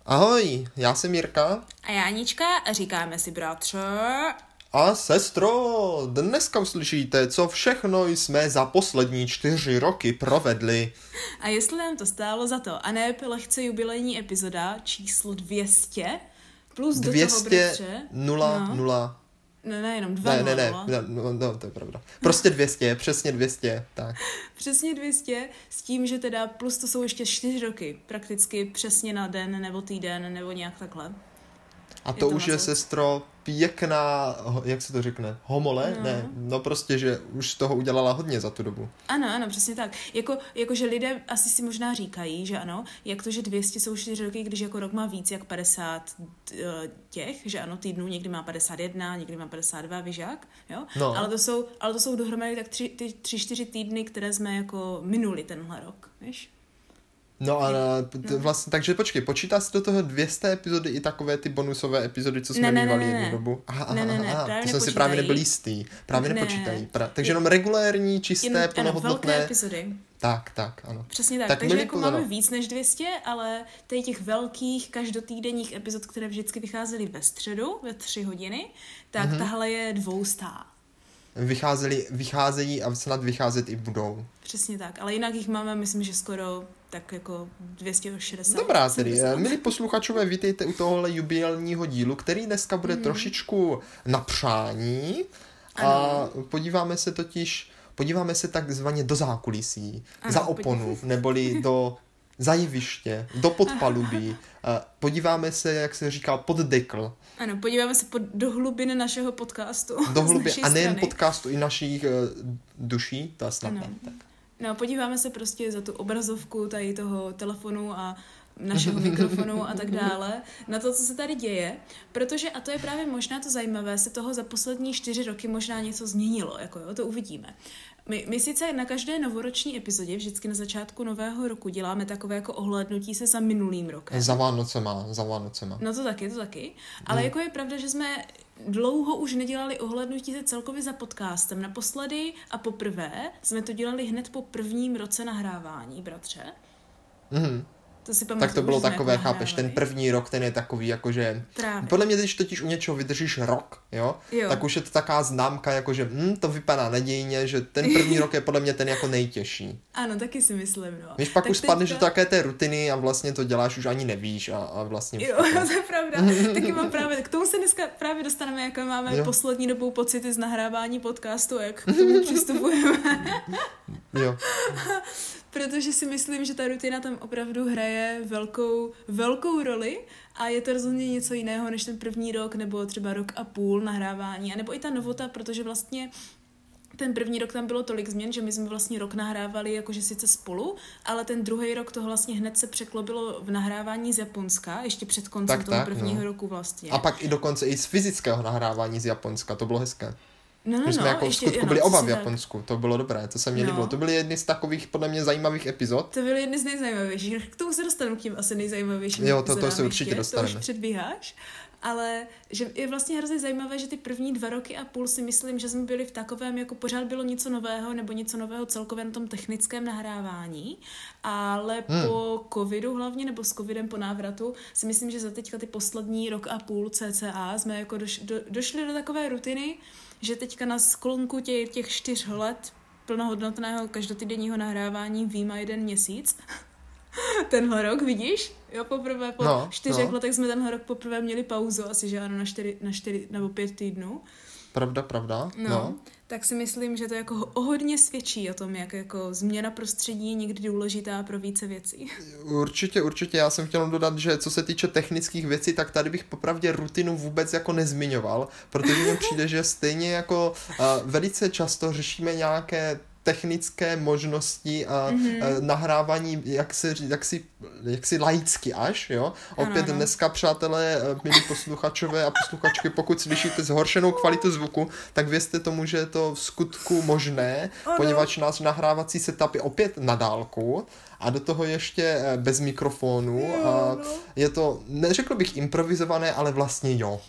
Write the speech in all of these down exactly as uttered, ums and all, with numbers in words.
Ahoj, já jsem Jirka. A já Anička a říkáme si bratře. A sestro, dneska uslyšíte, co všechno jsme za poslední čtyři roky provedli. A jestli nám to stálo za to, a ne lehce jubilejní epizoda číslo dvě stě, plus do toho bratře. nula, no. nula. Ne, ne, jenom dva Ne, nula, ne, ne, nula. ne no, no, to je pravda. Prostě dvě stě, přesně dvě stě, tak. Přesně dvě stě, s tím, že teda plus to jsou ještě čtyři roky, prakticky přesně na den, nebo týden, nebo nějak takhle. A to, to už je, mazec. sestro, pěkná, jak se to řekne, homole? No. Ne, no prostě, že už z toho udělala hodně za tu dobu. Ano, ano, přesně tak. Jako, jakože lidé asi si možná říkají, že ano, jak to, že dvě stě jsou čtyři roky, když jako rok má víc jak padesát těch, že ano, týdnů, někdy má padesát jedna, někdy má padesát dva, víš jak, jo? No. Ale to jsou, ale to jsou dohromady tak tři, ty tři, čtyři týdny, které jsme jako minuli tenhle rok, víš? No a no. vlastně, takže počkej, počítá se do toho dvě stě epizody i takové ty bonusové epizody, co jsme ne, ne, mývali ne, jednu ne. dobu? Aha, aha, ne, ne, ne, aha, právě to jsem si nepočítají. právě nebyl jistý. Právě ne. nepočítají. Pra, takže jenom regulérní, čisté, Jen, ano, plnohodnotné. velké epizody. Tak, tak, ano. Přesně tak, tak takže milí jako pozor. máme víc než dvě stě, ale tady těch velkých každotýdenních epizod, které vždycky vycházely ve středu, ve tři hodiny, tak mm-hmm. tahle je dvoustá. Vycházeli, vycházejí a snad vycházet i budou. Přesně tak, ale jinak jich máme, myslím, že skoro tak jako dvě stě šedesát. Dobrá tedy, milí posluchačové, vítejte u tohohle jubilejního dílu, který dneska bude mm. trošičku na přání a ano. podíváme se totiž, podíváme se takzvaně do zákulisí, Ano, za oponu, podív... neboli do zajeviště, do podpalubí. Podíváme se, jak se říká, pod dekl. Ano, podíváme se pod, do hlubin našeho podcastu. Do hlubin, a nejen strany. podcastu, i našich uh, duší, to je snad ne. Tak. No, podíváme se prostě za tu obrazovku tady toho telefonu a našeho mikrofonu a tak dále, na to, co se tady děje, protože, a to je právě možná to zajímavé, se toho za poslední čtyři roky možná něco změnilo, jako jo, to uvidíme. My, my sice na každé novoroční epizodě, vždycky na začátku nového roku, děláme takové jako ohlédnutí se za minulým rokem. Za Vánocema, za Vánocema. No to taky, to taky. Ale hmm. jako je pravda, že jsme dlouho už nedělali ohlédnutí se celkově za podcastem. Naposledy a poprvé jsme to dělali hned po prvním roce nahrávání, bratře. Mhm. To si pamatuju, tak to bylo takové, jako chápeš, ten první rok, ten je takový, jakože... Právě. Podle mě, když totiž u něčeho vydržíš rok, jo, jo. tak už je to taková známka, jakože hm, to vypadá nadějně, že ten první rok je podle mě ten jako nejtěžší. Ano, taky si myslím, no. Víš, pak tak už spadneš teďka... do také té rutiny a vlastně to děláš, už ani nevíš a, a vlastně... Jo, to je pravda. Taky mám právě, k tomu se dneska právě dostaneme, jaké máme jo. poslední dobou pocity z nahrávání podcastu, jak k tomu přistupujeme. Jo. Protože si myslím, že ta rutina tam opravdu hraje velkou, velkou roli a je to rozhodně něco jiného než ten první rok nebo třeba rok a půl nahrávání, a nebo i ta novota, protože vlastně ten první rok tam bylo tolik změn, že my jsme vlastně rok nahrávali jakože sice spolu, ale ten druhý rok to vlastně hned se překlopilo v nahrávání z Japonska, ještě před koncem tak, toho tak, prvního no. roku vlastně. A pak i dokonce i z fyzického nahrávání z Japonska, to bylo hezké. No, no, My jsme no, jako v ještě, skutku ano, byli oba v tak. Japonsku, to bylo dobré, to se mě No. líbilo. To byly jedny z takových podle mě zajímavých epizod. To byly jedny z nejzajímavějších. K tomu se dostanu, k tím asi nejzajímavějším Jo, to, to epizodám se určitě ještě, dostaneme. To už předbíháš. Ale že je vlastně hrozně zajímavé, že ty první dva roky a půl si myslím, že jsme byli v takovém, jako pořád bylo něco nového, nebo něco nového celkově na tom technickém nahrávání, ale hmm. po covidu hlavně, nebo s covidem po návratu, si myslím, že za teďka ty poslední rok a půl cca jsme jako doš, do, došli do takové rutiny, že teďka na sklonku těch, těch čtyř let plnohodnotného každotýdenního nahrávání výjima jeden měsíc, tenhle rok, vidíš? Jo, poprvé po no, čtyřech no. letech jsme tenhle rok poprvé měli pauzu, asi že ano, na čtyři, na čtyři nebo pět týdnů. Pravda, pravda. No, no, tak si myslím, že to jako o hodně svědčí o tom, jak jako změna prostředí je někdy důležitá pro více věcí. Určitě, určitě. Já jsem chtěl dodat, že co se týče technických věcí, tak tady bych popravdě rutinu vůbec jako nezmiňoval, protože mi přijde, že stejně jako uh, velice často řešíme nějaké technické možnosti a mm-hmm. nahrávání jaksi, jaksi, jaksi laicky až, jo. Opět ano, ano. Dneska, přátelé, milí posluchačové a posluchačky, pokud slyšíte zhoršenou kvalitu zvuku, tak vězte tomu, že je to v skutku možné, ano. poněvadž náš nahrávací setup je opět na dálku a do toho ještě bez mikrofonu a je to, neřekl bych improvizované, ale vlastně jo.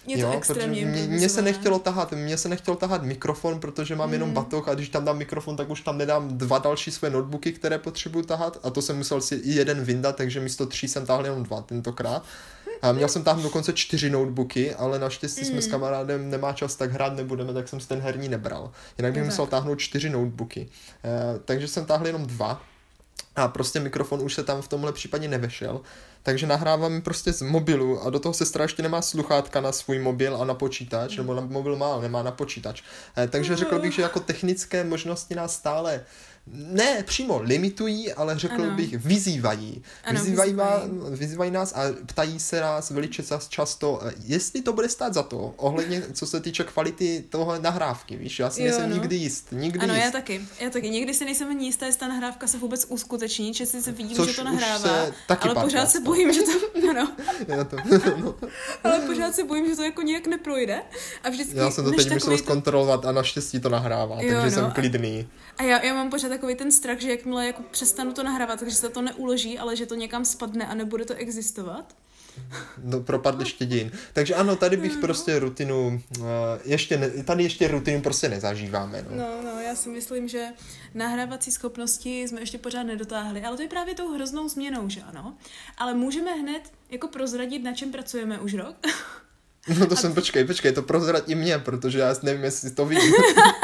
Je to jo, extrémně mě, mě se nechtělo tahat, mě se nechtělo tahat mikrofon, protože mám mm. jenom batoh a když tam dám mikrofon, tak už tam nedám dva další své notebooky, které potřebuju tahat a to jsem musel si i jeden vyndat, takže místo tří jsem táhl jenom dva tentokrát. A měl jsem tam dokonce čtyři notebooky, ale naštěstí mm. jsme s kamarádem nemá čas, tak hrát nebudeme, tak jsem si ten herní nebral. Jinak bych musel táhnout čtyři notebooky. E, takže jsem táhl jenom dva a prostě mikrofon už se tam v tomhle případě nevešel. Takže nahrávám prostě z mobilu a do toho sestra ještě nemá sluchátka na svůj mobil a na počítač, nebo na mobil má, ale nemá na počítač. E, takže řekl bych, že jako technické možnosti nás stále ne přímo limitují, ale řekl ano. bych vyzývají. Ano, vyzývají, vyzývají. vyzývají nás a ptají se nás velice často, jestli to bude stát za to, ohledně co se týče kvality toho nahrávky, víš, já si jo, nejsem no. nikdy jist. Nikdy ano, jist. já taky, já taky. Někdy si nejsem ani jistá, jestli ta nahrávka se vůbec uskuteční, že si se vidím, Což že to nahrává, ale pořád se bojím, že to, no, no. Já to, no. ale pořád se bojím, že to jako nějak neprojde. A vždycky, já jsem to teď musel zkontrolovat a naštěstí to nahrává, jo, takže no. jsem klidný. A já, já mám pořád takový ten strach, že jakmile jako přestanu to nahrávat, takže se to neuloží, ale že to někam spadne a nebude to existovat. No, propadne štědin. Takže ano, tady bych no. prostě rutinu, uh, ještě ne, tady ještě rutinu prostě nezažíváme. No. no, no, já si myslím, že nahrávací schopnosti jsme ještě pořád nedotáhli, ale to je právě tou hroznou změnou, že ano. Ale můžeme hned jako prozradit, na čem pracujeme už rok. No to a jsem, počkej, počkej, to prozrad i mě, protože já nevím, jestli to vidím.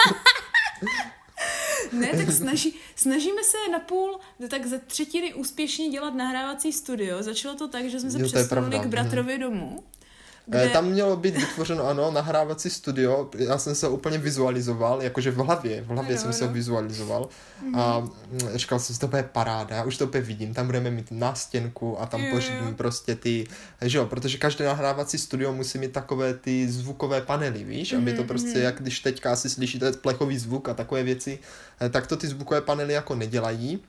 Ne, tak snaží, snažíme se napůl, tak ze třetiny úspěšně dělat nahrávací studio. Začalo to tak, že jsme se přesunuli k bratrovi domů. Kde... Tam mělo být vytvořeno, ano, nahrávací studio, já jsem se úplně vizualizoval, jakože v hlavě, v hlavě ano, jsem ano. se vizualizoval mm-hmm. a říkal jsem si, to bude paráda, já už to úplně vidím, tam budeme mít nástěnku a tam jo, pořídím jo. prostě ty, že jo, protože každé nahrávací studio musí mít takové ty zvukové panely, víš, mm-hmm. aby to prostě, jak když teďka asi slyšíte plechový zvuk a takové věci, tak to ty zvukové panely jako nedělají,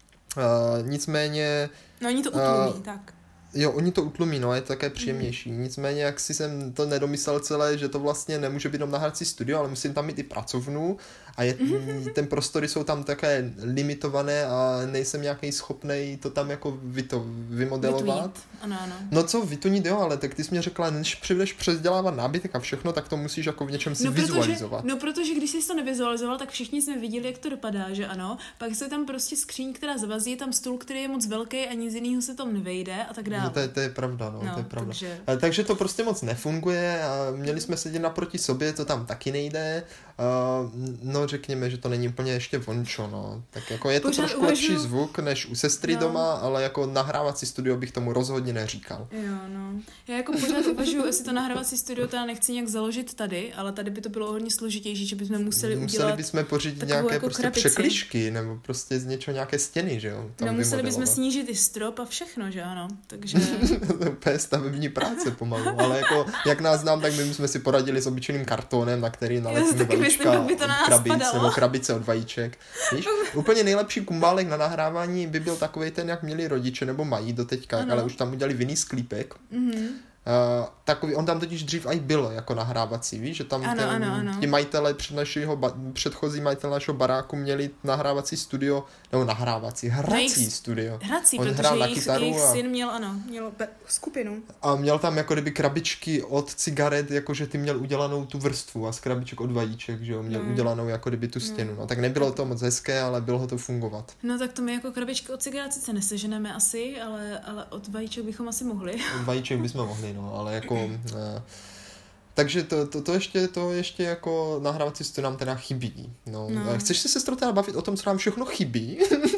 uh, nicméně... No oni to utlumí, uh, tak. Jo, oni to utlumí, no, je to také příjemnější. Mm. Nicméně, jak si jsem to nedomyslel celé, že to vlastně nemůže být jenom nahrávací studio, ale musím tam mít i pracovnu a je, mm. ten prostory jsou tam také limitované a nejsem nějaký schopnej to tam jako vy to vymodelovat. Ano, ano. No co, vytunit, jo, ale tak ty jsi mě řekla, než přijdeš přesdělávat nábytek a všechno, tak to musíš jako v něčem si no, protože, vizualizovat. No, protože když jsi to nevizualizoval, tak všichni jsme viděli, jak to dopadá, že ano. Pak je tam prostě skříň, která zavazí, je tam stůl, který je moc velký a nic jiného se tam nevejde a tak dále. No, to, je, to je pravda, no, no to je pravda. Takže... Ale, takže to prostě moc nefunguje a měli jsme sedět naproti sobě, to tam taky nejde. Uh, no, řekněme, že to není úplně ještě vončo, no. Tak jako je to Pořád trošku uvažuji... lepší zvuk než u sestry no. doma, ale jako nahrávací studio bych tomu rozhodně neříkal. Jo, no. Já jako pořád uvažuji, jestli to nahrávací studio teda nechci nějak založit tady, ale tady by to bylo hodně složitější, že bychom museli, museli udělat bychom pořídit nějaké jako prostě krabici. překlišky, nebo prostě z něčeho nějaké stěny, že jo. No, museli bychom snížit i strop a všechno, že ano. Takže... to je stavební práce pomalu, ale jako, jak nás znám, tak my jsme si poradili s obyčejným kartónem, na který nalepíme vajíčka, krabic, nebo krabice od vajíček. Víš? Úplně nejlepší kumbálek na nahrávání by byl takovej ten, jak měli rodiče, nebo mají doteďka, ano. ale už tam udělali vinný sklípek. Mm-hmm. Uh, takový, on tam totiž dřív aj byl jako nahrávací, víš, že tam ano, ten, ano, ano. ti majitele před našeho ba- předchozí majitele našeho baráku měli nahrávací studio, nebo nahrávací, hrací jejich, studio. Hrací, on protože na jejich, jejich a... syn měl, ano, měl skupinu. A měl tam jako kdyby krabičky od cigaret, jakože ty měl udělanou tu vrstvu a z krabiček od vajíček, že jo, měl mm. udělanou jako kdyby tu stěnu. No. no tak nebylo to moc hezké, ale bylo ho to fungovat. No tak to my jako krabičky od cigaret sice neseženeme asi, ale, ale od vajíček bychom asi mohli. Od vajíček bychom mohli, no, ale jako... Uh, takže to, to, to, ještě, to ještě jako nahrávací studio nám teda chybí. No. No. Chceš se sestro teda bavit o tom, co nám všechno chybí?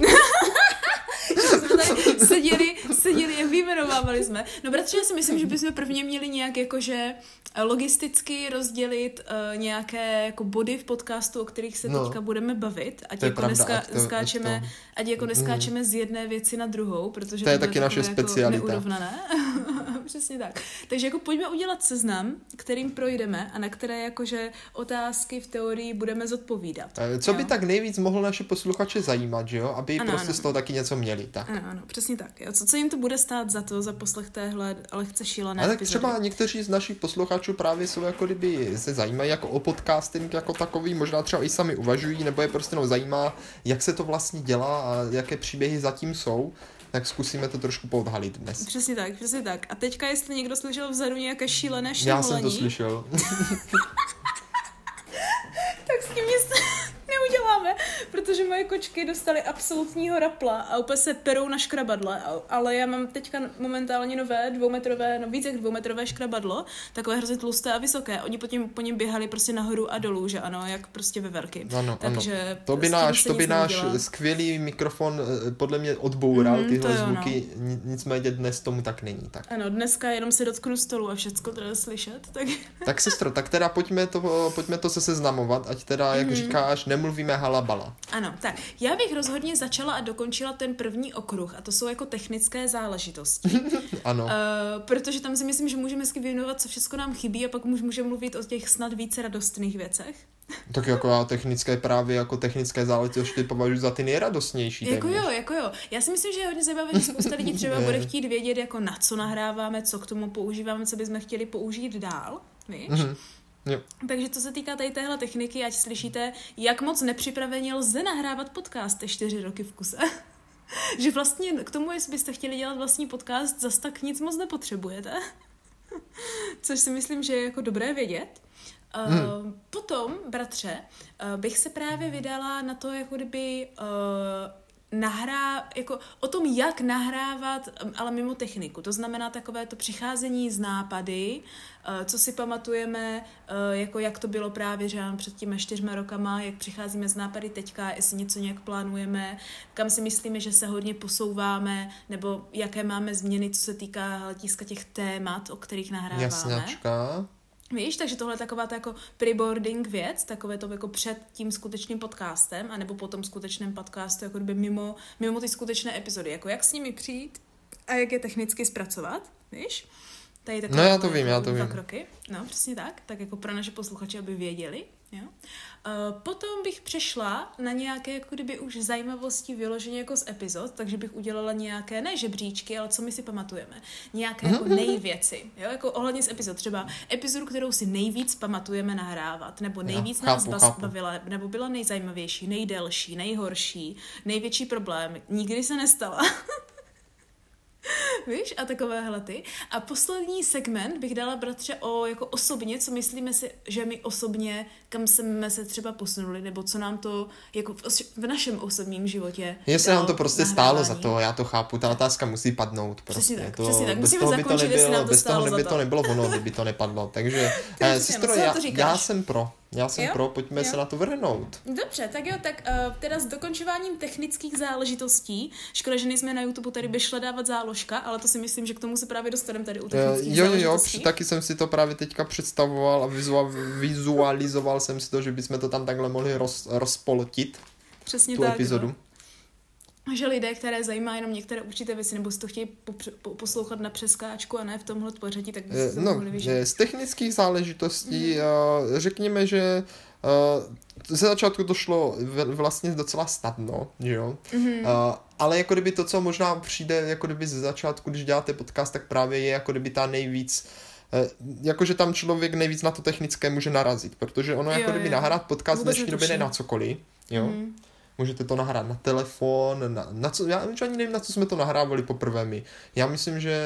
jsme tady seděli, seděli a vyjmenovávali jsme. No bratře, já si myslím, že bychom prvně měli nějak jakože logisticky rozdělit uh, nějaké jako body v podcastu, o kterých se no. teďka budeme bavit, ať jako, pravda, neska, ať to, skáčeme, to... ať jako neskáčeme mm. z jedné věci na druhou, protože to je taky naše jako specialita. Neurovnané. Přesně tak. Takže jako pojďme udělat seznam, kterým projdeme a na které jakože otázky v teorii budeme zodpovídat. Co jo? by tak nejvíc mohlo naše posluchače zajímat, že jo? Aby ano, prostě ano. z toho taky něco měli. Tak. Ano, ano, přesně tak. Jo. Co, co jim to bude stát za to, za poslech téhle lehce šílené ale epizody? Třeba někteří z našich posluchačů právě jsou jako kdyby se zajímají jako o podcasting jako takový, možná třeba i sami uvažují, nebo je prostě no zajímá, jak se to vlastně dělá a jaké příběhy zatím jsou. tak zkusíme to trošku poodhalit dnes. Přesně tak, přesně tak. A teďka, jestli někdo slyšel vzadu nějaké šílené šílení. Já jsem to slyšel. Tak s tím nic neuděláme, protože moje kočky dostaly absolutního rapla a úplně se perou na škrabadle, ale já mám teďka momentálně nové dvoumetrové, no víc jak dvoumetrové škrabadlo, takové hrozně tlusté a vysoké. Oni po, tím, po něm běhali prostě nahoru a dolů, že ano, jak prostě ve velky. Ano, Takže ano. To by náš, to by náš skvělý mikrofon podle mě odboural mm, tyhle zvuky, no. Nicméně dnes tomu tak není. Tak. Ano, dneska jenom si dotknu stolu a všecko teda slyšet. Tak, tak sestro, tak teda pojďme to, pojďme to se seznamovat, ať teda, jak mm. říkáš, nemluvíme halabala. Ano, tak já bych rozhodně začala a dokončila ten první okruh a to jsou jako technické záležitosti. Ano. Uh, protože tam si myslím, že můžeme hezky věnovat, co všechno nám chybí a pak můžeme mluvit o těch snad více radostných věcech. Tak jako já technické právě jako technické záležitosti považuji za ty nejradostnější. Jako téměř. jo, jako jo. Já si myslím, že je hodně zajímavé, že spousta lidí třeba bude chtít vědět, jako na co nahráváme, co k tomu používáme, co bychom chtěli použít dál, víš? Mm-hmm. Jo. Takže co se týká tady téhle techniky, ať slyšíte, jak moc nepřipraveně lze nahrávat podcasty čtyři roky v kuse. Že vlastně k tomu, jestli byste chtěli dělat vlastní podcast, zas tak nic moc nepotřebujete. Což si myslím, že je jako dobré vědět. Hmm. Uh, potom, bratře, uh, bych se právě vydala na to, jako kdyby uh, nahrá, jako o tom, jak nahrávat, ale mimo techniku. To znamená takové to přicházení z nápady, uh, co si pamatujeme, uh, jako jak to bylo právě, že před těmi čtyřma rokama, jak přicházíme z nápady teďka, jestli něco nějak plánujeme, kam si myslíme, že se hodně posouváme, nebo jaké máme změny, co se týká hlediska těch témat, o kterých nahráváme. Jasňačka. Víš, takže tohle je taková ta jako pre-boarding věc, takové to jako před tím skutečným podcastem, anebo po tom skutečném podcastu, jako kdyby mimo, mimo ty skutečné epizody, jako jak s nimi přijít a jak je technicky zpracovat, víš? Tady takové no já to vím, já to dva vím. kroky, no přesně tak, tak jako pro naše posluchače, aby věděli, jo. Uh, potom bych přešla na nějaké jako kdyby už zajímavosti vyloženě jako z epizod, takže bych udělala nějaké, ne žebříčky, ale co my si pamatujeme, nějaké jako nejvěci, jo, jako ohledně z epizod, třeba epizodu, kterou si nejvíc pamatujeme nahrávat, nebo nejvíc jo, nás chápu, chápu. bavila, nebo byla nejzajímavější, nejdelší, nejhorší, největší problém, nikdy se nestala. Víš, a takovéhle ty. A poslední segment bych dala, bratře, o jako osobně, co myslíme si, že my osobně, kam jsme se třeba posunuli, nebo co nám to jako v, v našem osobním životě jestli nám to prostě nahrávání. Stálo za to, já to chápu, ta otázka musí padnout. Prostě. Přesně tak, to, přesně tak. Bez Musíme toho by zakončit, to nebylo, nám to bez toho by to, to nebylo ono, kdyby to nepadlo. Takže, eh, sestro, já, já jsem pro. Já jsem jo? pro, pojďme jo? se na to vrhnout. Dobře, tak jo, tak uh, teda s dokončováním technických záležitostí, škoda, že nejsme na YouTube, tady by šla dávat záložka, ale to si myslím, že k tomu se právě dostaneme tady u technických uh, jo, záležitostí. Jo, taky jsem si to právě teďka představoval a vizualizoval jsem si to, že bychom to tam takhle mohli roz, rozpoltit. Přesně tu tak, epizodu. No. Že lidé, které zajímá jenom některé určité věci, nebo si to chtějí popře- po- poslouchat na přeskáčku a ne v tomhle pořadí, tak by si to no, mohli vyžít. Z technických záležitostí mm. uh, řekněme, že uh, ze začátku to šlo vlastně docela snadno, že jo? Mm-hmm. Uh, ale jako kdyby to, co možná přijde jako kdyby ze začátku, když děláte podcast, tak právě je jako kdyby ta nejvíc jakože tam člověk nejvíc na to technické může narazit, protože ono jo, jako kdyby jo. nahrát podcast v dnešní době ne na cokoliv, jo? Mm. Můžete to nahrát na telefon, na, na co, já ani nevím, na co jsme to nahrávali poprvé my. Já myslím, že...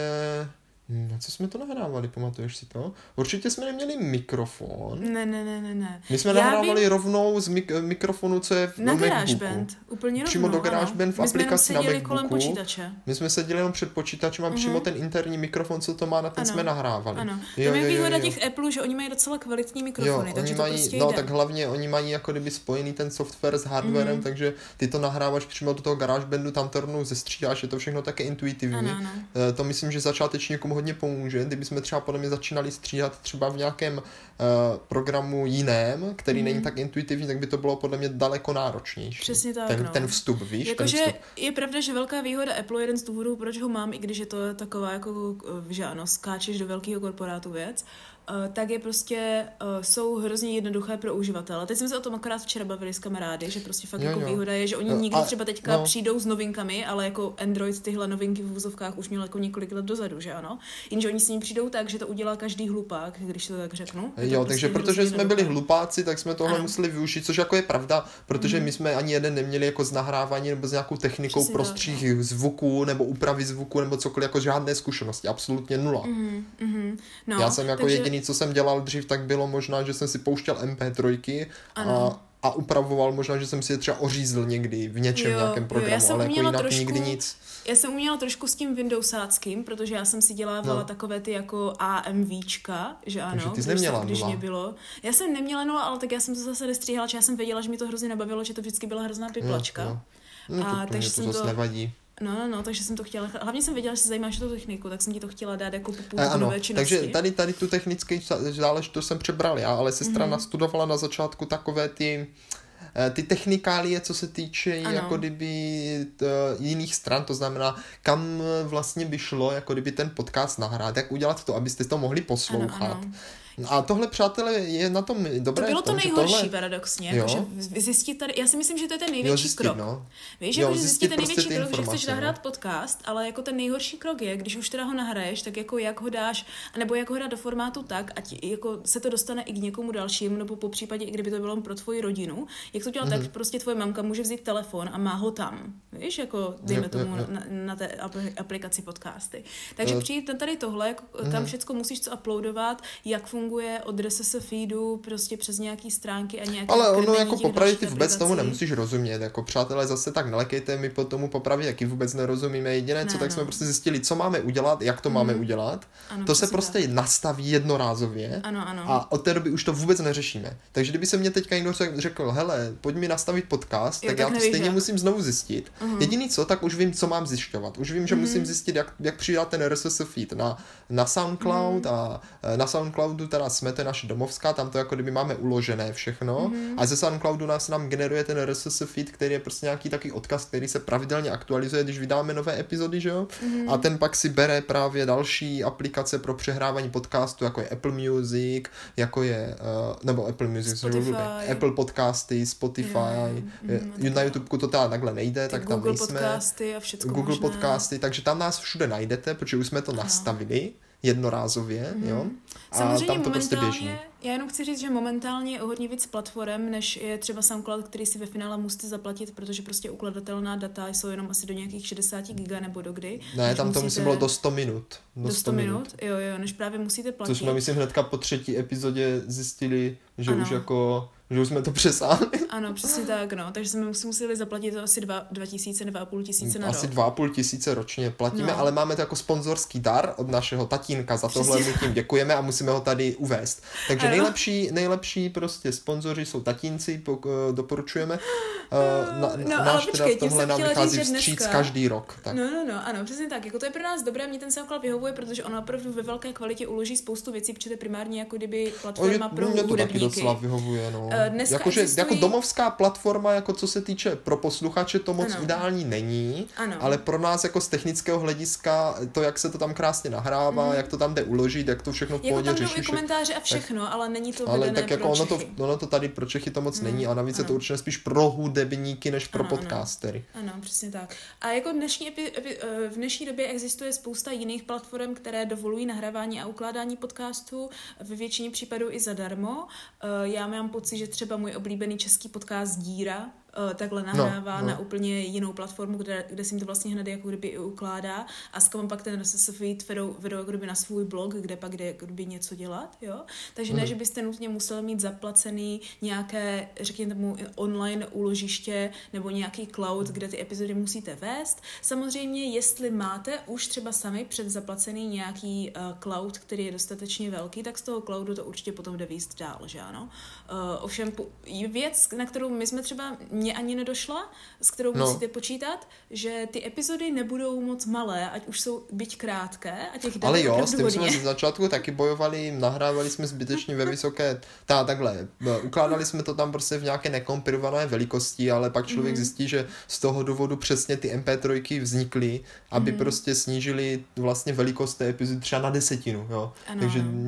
Na co jsme to nahrávali, pamatuješ si to? Určitě jsme neměli mikrofon. Ne, ne, ne, ne, ne. My jsme já nahrávali vím... rovnou z mik- mikrofonu, co je v na MacBooku. GarageBand, úplně rovnou. Přímo do GarageBand v aplikaci na MacBooku. Kolem počítače. My jsme seděli jenom před počítačem a uh-huh. přímo ten interní mikrofon, co to má, na ten ano. jsme nahrávali. Ano, to je výhoda těch Apple, že oni mají docela kvalitní mikrofony, jo, takže oni mají, to prostě no, jde. tak hlavně oni mají jako kdyby spojený ten software s hardwarem, mm. takže ty to nahráváš přímo do toho GarageBandu, tam to rovnou zestřídáš, je to všechno také intuitivní. Ano, ano. To myslím, že začátečníkům hodně pomůže, kdyby jsme třeba podle mě začínali stříhat třeba v nějakém uh, programu jiném, který mm. není tak intuitivní, tak by to bylo podle mě daleko náročnější. Přesně tak, ten, no. ten vstup, víš? Jakože ten vstup. Je pravda, že velká výhoda Apple, jeden z důvodů, proč ho mám, i když je to taková jako, že ano, skáčeš do velkého korporátu věc, tak je prostě, uh, jsou hrozně jednoduché pro uživatele. Teď jsme se o tom akorát včera bavili s kamarády, že prostě fakt jo, jako jo. výhoda je, že oni nikdy a, třeba teďka no. přijdou s novinkami, ale jako Android tyhle novinky v vůzovkách už měl jako několik let dozadu, že ano? Jenže oni s ním přijdou tak, že to udělá každý hlupák, když to tak řeknu. Jo, prostě takže protože jsme byli hlupáci, tak jsme tohle ano. museli využít, což jako je pravda, protože mm. my jsme ani jeden neměli jako z nahrávání nebo s nějakou technikou pro střih no. zvuku nebo úpravy zvuku nebo cokoliv, jako žádné zkušenosti, absolutně nula. Mm, mm, no, Já jsem jako takže... jediný, co jsem dělal dřív, tak bylo možná, že jsem si pouštěl em pé tři a, a upravoval, možná, že jsem si je třeba ořízl někdy v něčem, jo, nějakém programu, jo, ale jako jinak trošku, nikdy nic. Já jsem uměla trošku s tím Windowsáckým, protože já jsem si dělávala no. takové ty jako AMVčka, že ano, takže ty jsi neměla když nula. mě bylo. Já jsem neměla nula, ale tak já jsem to zase nestříhala, že já jsem věděla, že mi to hrozně nebavilo, že to vždycky byla hrozná piplačka. Jo, jo. No, a to, takže to zase to... nevadí. No, no, no, takže jsem to chtěla, hlavně jsem věděla, že se zajímáš o tu techniku, tak jsem ti to chtěla dát jako popůl ano, nové činnosti. Takže tady, tady tu technické záležitost jsem přebral já, ale sestra mm-hmm. nastudovala na začátku takové ty, ty technikálie, co se týče ano. jako kdyby t, jiných stran, to znamená, kam vlastně by šlo, jako kdyby ten podcast nahrát, jak udělat to, abyste to mohli poslouchat. Ano, ano. A tohle, přátelé, je na tom dobré. To bylo tom, to nejhorší, tohle... paradoxně. Jakože zjistit tady, já si myslím, že to je ten největší jo, zjistit, krok. No. Víš, jako, že zjistit ten největší prostě krok, že chceš nahrát no. podcast, ale jako ten nejhorší krok je, když už teda ho nahraješ, tak jako jak ho dáš, nebo jak ho dát do formátu tak, ať jako se to dostane i k někomu dalšímu, nebo po případě, i kdyby to bylo pro tvoji rodinu. Jak to dělat mm-hmm. tak, prostě tvoje mamka může vzít telefon a má ho tam. Víš, jako dejme jo, tomu jo, jo. Na, na té aplikaci podcasty. Takže uh, přijít tady tohle, jako, mm-hmm. tam všecko musíš co uploadovat, jak funguje od se feedu prostě přes nějaký stránky a nějaké. Ale ono jako popravdě ty vůbec tomu nemusíš rozumět, jako přátelé zase tak nelekejte, my po tomu popravdě taky vůbec nerozumíme, jediné ne, co, tak no. jsme prostě zjistili, co máme udělat, jak to mm. máme udělat, ano, to se prostě tak. nastaví jednorázově ano, ano. a od té doby už to vůbec neřešíme. Takže kdyby se mě teďka někdo řekl, hele, pojď mi nastavit podcast, jo, tak, tak já to nevíš, stejně jak. musím znovu zjistit. Uh-huh. Jediný co, tak už vím, co mám zjišťovat. Už vím, že uh-huh. musím zjistit, jak, jak přidat ten R S S feed na, na SoundCloud uh-huh. a na SoundCloudu teda jsme to naše domovská, tam to jako kdyby máme uložené všechno mm-hmm. a ze SoundCloudu nás nám generuje ten R S S feed, který je prostě nějaký takový odkaz, který se pravidelně aktualizuje, když vydáme nové epizody, že jo? Mm-hmm. A ten pak si bere právě další aplikace pro přehrávání podcastu, jako je Apple Music, jako je, uh, nebo Apple Music, Spotify. Apple podcasty, Spotify, mm-hmm. na YouTubeku to teda takhle nejde, tak, tak tam Google nejsme. podcasty a všecko Google možné. podcasty, takže tam nás všude najdete, protože už jsme to ano. nastavili jednorázově, mm. jo. A samozřejmě tam to prostě běží. Já jenom chci říct, že momentálně je o hodně víc platform, než je třeba SoundCloud, který si ve finále musíte zaplatit, protože prostě ukladatelná data jsou jenom asi do nějakých šedesát giga nebo do kdy. Ne, tam to musí bylo do sto minut. Do, do sto minut? Jo, jo, než právě musíte platit. Což jsme, myslím, hnedka po třetí epizodě zjistili, že ano. už jako... že už jsme to přesáhli. Ano, přesně tak, no. Takže jsme museli zaplatit asi dva, dva tisíce, dva a půl tisíce na asi rok. dva a půl tisíce ročně platíme, no. ale máme to jako sponzorský dar od našeho tatínka, za tohle přesně. my tím děkujeme a musíme ho tady uvést. Takže ano. nejlepší, nejlepší prostě sponzoři jsou tatínci, pok, doporučujeme. Na, no, náš počkej, teda v tomhle nám vychází vstříc dneska... každý rok. Tak. No, no, no, ano, přesně tak. Jako to je pro nás dobré, mě ten SoundCloud vyhovuje, protože on opravdu ve velké kvalitě uloží spoustu věcí, protože primárně jako kdyby platforma o, je, pro mě to hudebníky. Taky docela vyhovuje, no. Dneska Jakože existují... jako domovská platforma, jako co se týče pro posluchače, to moc ano. ideální není, ano. ale pro nás jako z technického hlediska, to, jak se to tam krásně nahrává, mm. jak to tam jde uložit, jak to všechno v pohodě řeší. Jako tam jdou i komentáře a všechno, tak, ale není to ale vedené tak jako pro ono to, Čechy. ono to tady pro Čechy to moc mm. není a navíc ano. je to určitě spíš pro hudebníky, než pro ano, podcastery. Ano. ano, přesně tak. A jako dnešní epi, epi, v dnešní době existuje spousta jiných platform, které dovolují nahrávání a ukládání podcastů, ve většině případů i zadarmo. Já mám pocit, že třeba můj oblíbený český podcast Díra takhle nahrává no, no. na úplně jinou platformu, kde, kde si to vlastně hned jako kdyby i ukládá a skoro pak ten R S S feed vedou, vedou jako kdyby na svůj blog, kde pak jde jako kdyby něco dělat, jo. Takže mm. ne, že byste nutně museli mít zaplacený nějaké, řekněme tomu, online úložiště nebo nějaký cloud, kde ty epizody musíte vést. Samozřejmě, jestli máte už třeba sami předzaplacený nějaký uh, cloud, který je dostatečně velký, tak z toho cloudu to určitě potom jde výst dál, že ano. Uh, ovšem věc, na kterou my jsme třeba mě ani nedošla, s kterou no. musíte počítat, že ty epizody nebudou moc malé, ať už jsou byť krátké a těch dat ale jo, s tím hodně. jsme z začátku taky bojovali, nahrávali jsme zbytečně ve vysoké, tá, takhle, ukládali jsme to tam prostě v nějaké nekompilované velikosti, ale pak člověk mm-hmm. zjistí, že z toho důvodu přesně ty em pé tři vznikly, aby mm-hmm. prostě snížili vlastně velikost té epizody třeba na desetinu, jo. Ano. Takže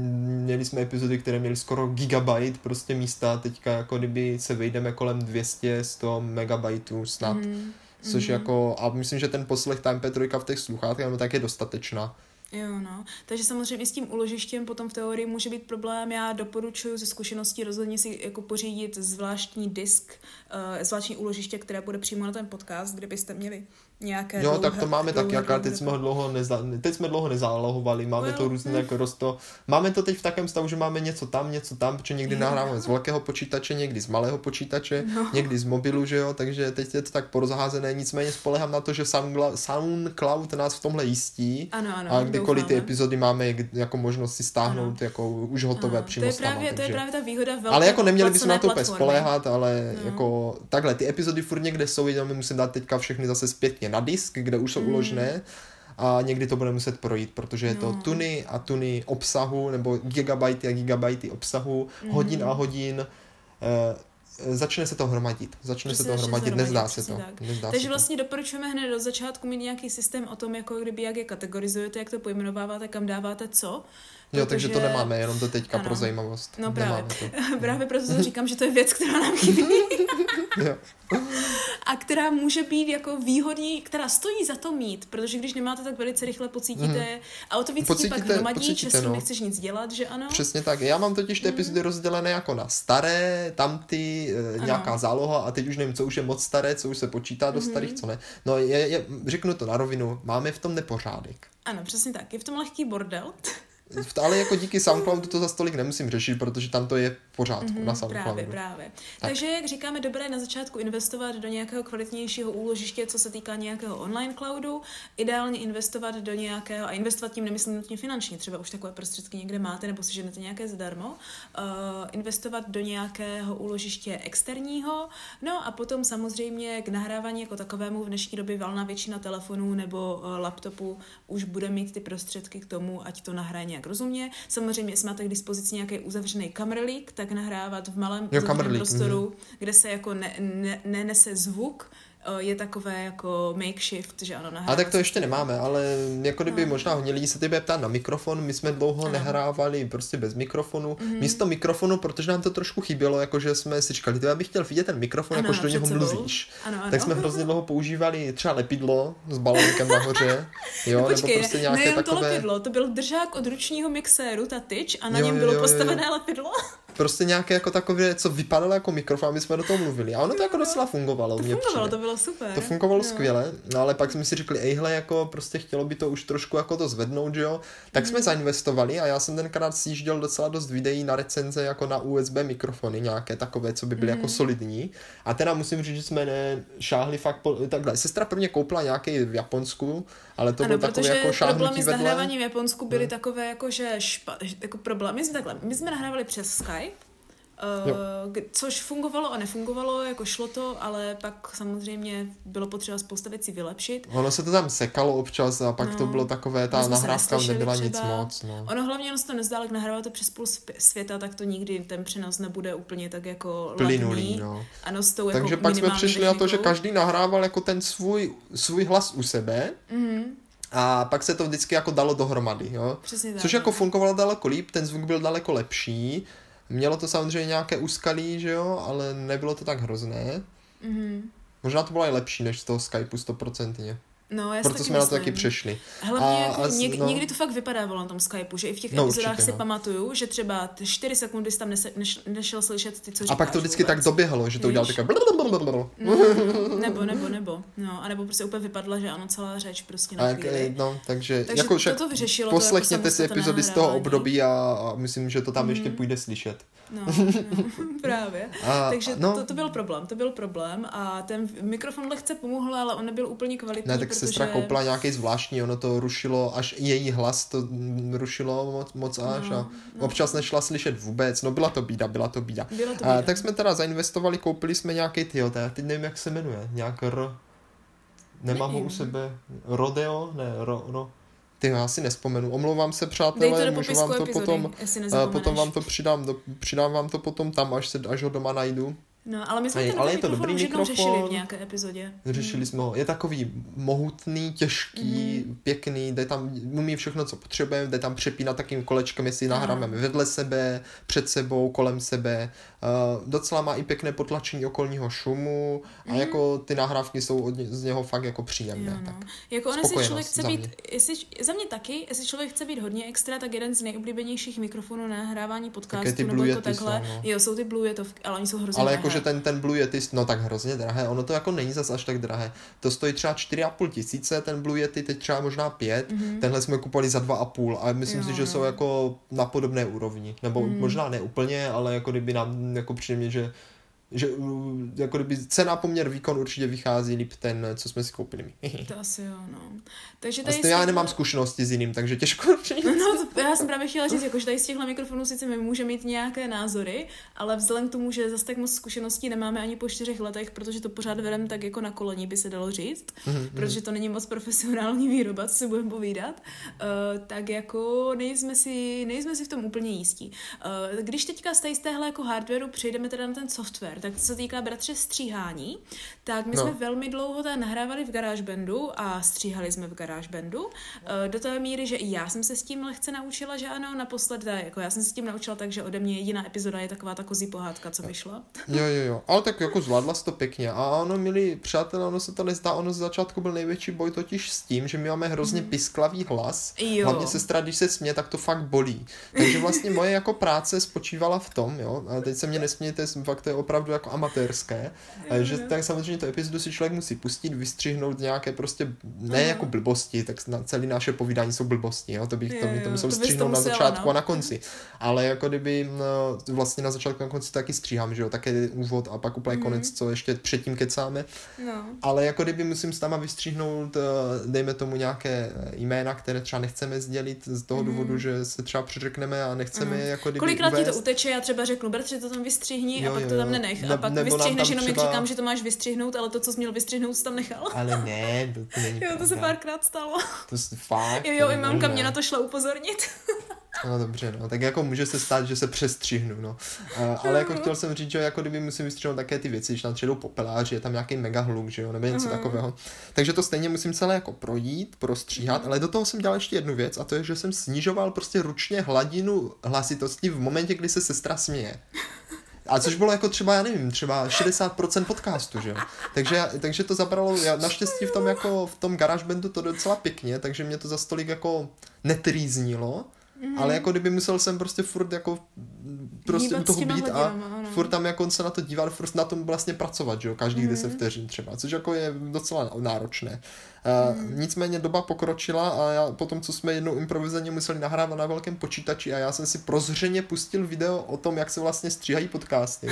měli jsme epizody, které měly skoro gigabyte prostě místa, teďka jako kdyby se vejdeme kolem dvě stě, sto megabajtů snad, mm. což mm. jako, a myslím, že ten poslech ta em pé tři v těch sluchátkách no, tak je dostatečná. Jo, no. Takže samozřejmě s tím úložištěm potom v teorii může být problém. Já doporučuji ze zkušeností rozhodně si jako pořídit zvláštní disk, uh, zvláštní úložiště, které bude přímo na ten podcast, kde byste měli nějaké Jo, dlouhé, tak to máme taky, jaká teď jsme ho dlouho neza, teď jsme dlouho nezálohovali, máme well, to různě jako rosto. Máme to teď v takém stavu, že máme něco tam, něco tam, protože někdy nahráváme z velkého počítače, někdy z malého počítače, no. někdy z mobilu, že jo, takže teď je to tak porozházené, nicméně spolehám na to, že SoundCloud nás v tomhle jistí. Ano, ano, a kdykoliv ty epizody máme jako možnost si stáhnout ano. jako už hotové ano. přímo to je právě, stama, to takže... je právě ta výhoda velké. Ale jako neměli bychom na to úplně spoléhat, ale no. jako takhle, ty epizody furt někde jsou, jenom my musím dát teďka všechny zase zpětně na disk, kde už jsou mm. uložené a někdy to bude muset projít, protože je to no. tuny a tuny obsahu, nebo gigabajty a gigabajty obsahu, mm. hodin a hodin, e, začne se to hromadit, začne Přesně, se to hromadit, nezdá se to. Nezdá Takže se vlastně to. doporučujeme hned do začátku mít nějaký systém o tom, jako kdyby jak je kategorizujete, jak to pojmenováváte, kam dáváte co. Jo, takže to nemáme, jenom to teďka ano. pro zajímavost. No právě, právě proto říkám, že to je věc, která nám chybí. Jo. A která může být jako výhodní, která stojí za to mít, protože když nemáte, tak velice rychle pocítíte mm. a o to víc ti pak hromadí, že s tím no. nechceš nic dělat, že ano? Přesně tak, já mám totiž ty epizody mm. rozdělené jako na staré, tamty, e, nějaká záloha a teď už nevím, co už je moc staré, co už se počítá do mm. starých, co ne. No je, je, řeknu to na rovinu, máme v tom nepořádek. Ano, přesně tak, je v tom lehký bordel. Ale jako díky SoundCloudu to za stolik nemusím řešit, protože tam to je v pořádku mm-hmm, na SoundCloudu. Právě, právě. Tak. Takže, jak říkáme, dobré na začátku investovat do nějakého kvalitnějšího úložiště, co se týká nějakého online cloudu, ideálně investovat do nějakého, a investovat tím nemyslím nutně finančně, třeba už takové prostředky někde máte, nebo si ženete nějaké zadarmo, uh, investovat do nějakého úložiště externího, no a potom samozřejmě k nahrávání jako takovému v dnešní době valná většina telefonů nebo uh, laptopů už bude mít ty prostředky k tomu, ať to nahraje nějak rozumně. Samozřejmě, jestli máte k dispozici nějaký uzavřený kamerlík, tak nahrávat v malém uzavřeném prostoru, mm. kde se jako ne, ne, nenese zvuk, je takové jako makeshift, že ano, nahrává. A tak to ještě nemáme, ale jako kdyby no. možná hodně lidí se tebe ptá na mikrofon, my jsme dlouho ano. nehrávali prostě bez mikrofonu. Mm-hmm. Místo mikrofonu, protože nám to trošku chybělo, jakože jsme si říkali, já bych chtěl vidět ten mikrofon, jakože do něho mluvíš. Ano, ano. Tak jsme hrozně dlouho používali třeba lepidlo s balónkem nahoře, jo, no, počkej, nebo prostě nějaké nejen takové... to lepidlo, to byl držák od ručního mixéru, ta tyč, a na jo, něm bylo jo, jo, postavené jo. lepidlo. Prostě nějaké jako takové, co vypadalo jako mikrofon, aby jsme do toho mluvili. A ono to jako docela fungovalo. To fungovalo, to bylo super. To fungovalo no. skvěle, no ale pak jsme si řekli, ejhle, jako prostě chtělo by to už trošku jako to zvednout, že jo. Tak mm. jsme zainvestovali a já jsem tenkrát sjížděl docela dost videí na recenze jako na U S B mikrofony, nějaké takové, co by byly mm. jako solidní. A teda musím říct, že jsme nešáhli fakt po, takhle. Sestra prvně koupila nějaký v Japonsku, ale to ano, byl takový jako šáhnutí vedle. Problémy s nahráváním v Japonsku byly hmm. takové jako, že špa, jako problémy. Takhle, my jsme nahrávali přes Skype, uh, což fungovalo a nefungovalo, jako šlo to, ale pak samozřejmě bylo potřeba spousta věcí vylepšit. Ono se to tam sekalo občas a pak no, to bylo takové, ta nahrávka nebyla třeba. Nic moc. No. Ono hlavně ono se to nezdálo, jak nahráváte přes půl světa, tak to nikdy ten přenos nebude úplně tak jako plynulý. No. Ano, s tou takže jako pak jsme přišli technikou. Na to, že každý nahrával jako ten svůj, svůj hlas u sebe. Mhm. A pak se to vždycky jako dalo dohromady, jo. Přesně tak, což jako fungovalo daleko líp, ten zvuk byl daleko lepší. Mělo to samozřejmě nějaké úskalí, že jo, ale nebylo to tak hrozné. Mm-hmm. Možná to bylo i lepší než z toho Skypeu stoprocentně. No, já proto jsme myslím. na to taky přešli. Hlavně a, jako a, něk, no. někdy to fakt vypadávalo na tom Skypeu, že i v těch no, epizodách určitě, si no. pamatuju, že třeba čtyři sekundy jsi tam nese, neš, nešel slyšet ty, co říkáš. A pak to vždycky vůbec. tak doběhlo, že to udělal taková no, nebo, nebo, nebo. No, a nebo prostě úplně vypadla, že ano, celá řeč prostě na chvíli. No, takže, takže jako, to, to vyřešilo. Poslechněte to si epizody z toho období a, a myslím, že to tam mm. ještě půjde slyšet. No, no právě. A, takže no. to, to byl problém, to byl problém a ten mikrofon lehce pomohl, ale on nebyl úplně kvalitní. Ne, tak protože... sestra koupila nějaký zvláštní, ono to rušilo, až její hlas to rušilo moc, moc až no, a no. občas nešla slyšet vůbec, no byla to bída, byla to bída. Byla to bída. A, tak jsme teda zainvestovali, koupili jsme nějaký tyjo, teď nevím, jak se jmenuje, nějak R, nemám nevím. ho u sebe, Rodeo, ne, ro, no. Ty, já si nespomenu. Omlouvám se, přátelé, můžu vám to epizody, potom, potom vám to přidám, do, přidám vám to potom tam, až, se, až ho doma najdu. No, ale my jsme ale, ten ale je to mikrofon dobrý už jednou mikrofon. řešili v nějaké epizodě. Řešili hmm. jsme ho. Je takový mohutný, těžký, hmm. pěkný, jde tam, umí všechno, co potřebujeme, jde tam přepínat takým kolečkem, jestli nahráme vedle sebe, před sebou, kolem sebe. Uh, docela má i pěkné potlačení okolního šumu a hmm. jako ty nahrávky jsou od ně, z něho fakt jako příjemné. Jo, no. Tak jako on, jestli člověk chce být, jestli, za mě taky, jestli člověk chce být hodně extra, tak jeden z nejoblíbenějších mikrofonů na nahrávání podcastu nebo jako takhle. Jsou, no. Jo, jsou ty Blue Yeti, ale oni jsou hrozně ale drahé. jakože ten, ten Blue Yeti, no tak hrozně drahé, ono to jako není zas až tak drahé. To stojí třeba čtyři a půl tisíce, ten Blue Yeti, teď třeba možná pět, mm-hmm. tenhle jsme kupovali za dva a půl a myslím jo, si, že no. jsou jako na podobné úrovni, nebo mm. možná ne úplně, ale jako kdyby nám jako přijde, že že jako kdyby cena poměr výkon určitě vychází líp ten, co jsme si koupili my. To asi jo, no. Takže tady já nemám zkušenosti s jiným, takže těžko říct. No, to, já jsem právě chtěla říct, jako, že tady z těchto mikrofonů sice my můžeme mít nějaké názory, ale vzhledem k tomu, že zase tak moc zkušeností nemáme ani po čtyřech letech, protože to pořád vedeme tak jako na koleni, by se dalo říct, mm-hmm. protože to není moc profesionální výroba, co si budeme povídat, uh, tak jako nejsme si, nejsme si v tom úplně jistí. Uh, když teďka z téhle jako hardwareu přejdeme teda na ten software, tak co se týká bratře stříhání, tak my no. jsme velmi dlouho teda nahrávali v GarageBandu a stříhali jsme v GarageBandu. Do té míry, že i já jsem se s tím lehce naučila, že ano, naposled, jako já jsem se s tím naučila tak, že ode mě jediná epizoda je taková ta kozí pohádka, co vyšla. Jo, jo, jo, ale tak jako zvládla jsi to pěkně. A ono, milí přátelé, ono se to nezdá, ono z začátku byl největší boj totiž s tím, že my máme hrozně mm. pisklavý hlas. Jo. Hlavně sestra, když se směje, tak to fakt bolí. Takže vlastně moje jako práce spočívala v tom, jo, a teď se mě nesmějte, fakt to je opravdu jako amatérské, jo, že jo. Tak samozřejmě to epizodu si člověk musí pustit, vystřihnout nějaké prostě, ne Aha. jako blbosti, tak na celý naše povídání jsou blbosti, jo, to bych to, to musel to stříhnout na začátku no. a na konci, ale jako kdyby no, vlastně na začátku a na konci taky stříhám, že jo, také úvod a pak úplně mm. konec, co ještě předtím kecáme, no. ale jako kdyby musím s náma vystříhnout, dejme tomu nějaké jména, které třeba nechceme sdělit z toho mm. důvodu, že se třeba přeřekneme a nechceme mm. jako kdyby kolikrát uvést. ti to uteče, já třeba řeknu, bratře, to tam vystřihni jo, a pak jo, to tam nenech. A pak vystřihneš, jenom třeba... jak říkám, že to máš vystřihnout, ale to, co jsi měl vystřihnout, jsi tam nechal. Ale ne, to, to není Jo, to pravda. se párkrát stalo. To je fakt. Jo, jo, i mamka mě na to šla upozornit. No dobře, no, tak jako může se stát, že se přestřihnu, no. Uh, ale jako chtěl jsem říct, že jako kdyby musím vystřihnout také ty věci, když tam přijdou popeláři, je tam nějaký mega hluk, že jo, nebo něco uh-huh. takového. Takže to stejně musím celé jako projít, prostříhat, uh-huh. ale do toho jsem dělal ještě jednu věc a to je, že jsem snižoval prostě ručně hladinu hlasitosti v momentě, kdy se sestra směje. A což bylo jako třeba, já nevím, třeba šedesát procent podcastu, že jo. Takže, takže to zabralo, já naštěstí v tom jako, v tom GarageBandu to docela pěkně, takže mě to za stolik jako netrýznilo, mm. ale jako kdyby musel jsem prostě furt jako prostě u toho být a hladinama, furt tam jako se na to dívat, furt na tom vlastně pracovat, že jo, každých deset mm. vteřin třeba, což jako je docela náročné. Uh, mm. Nicméně doba pokročila a já potom, co jsme jednou improvizovaně museli nahrávat na velkém počítači a já jsem si prozřeně pustil video o tom, jak se vlastně stříhají podcasty.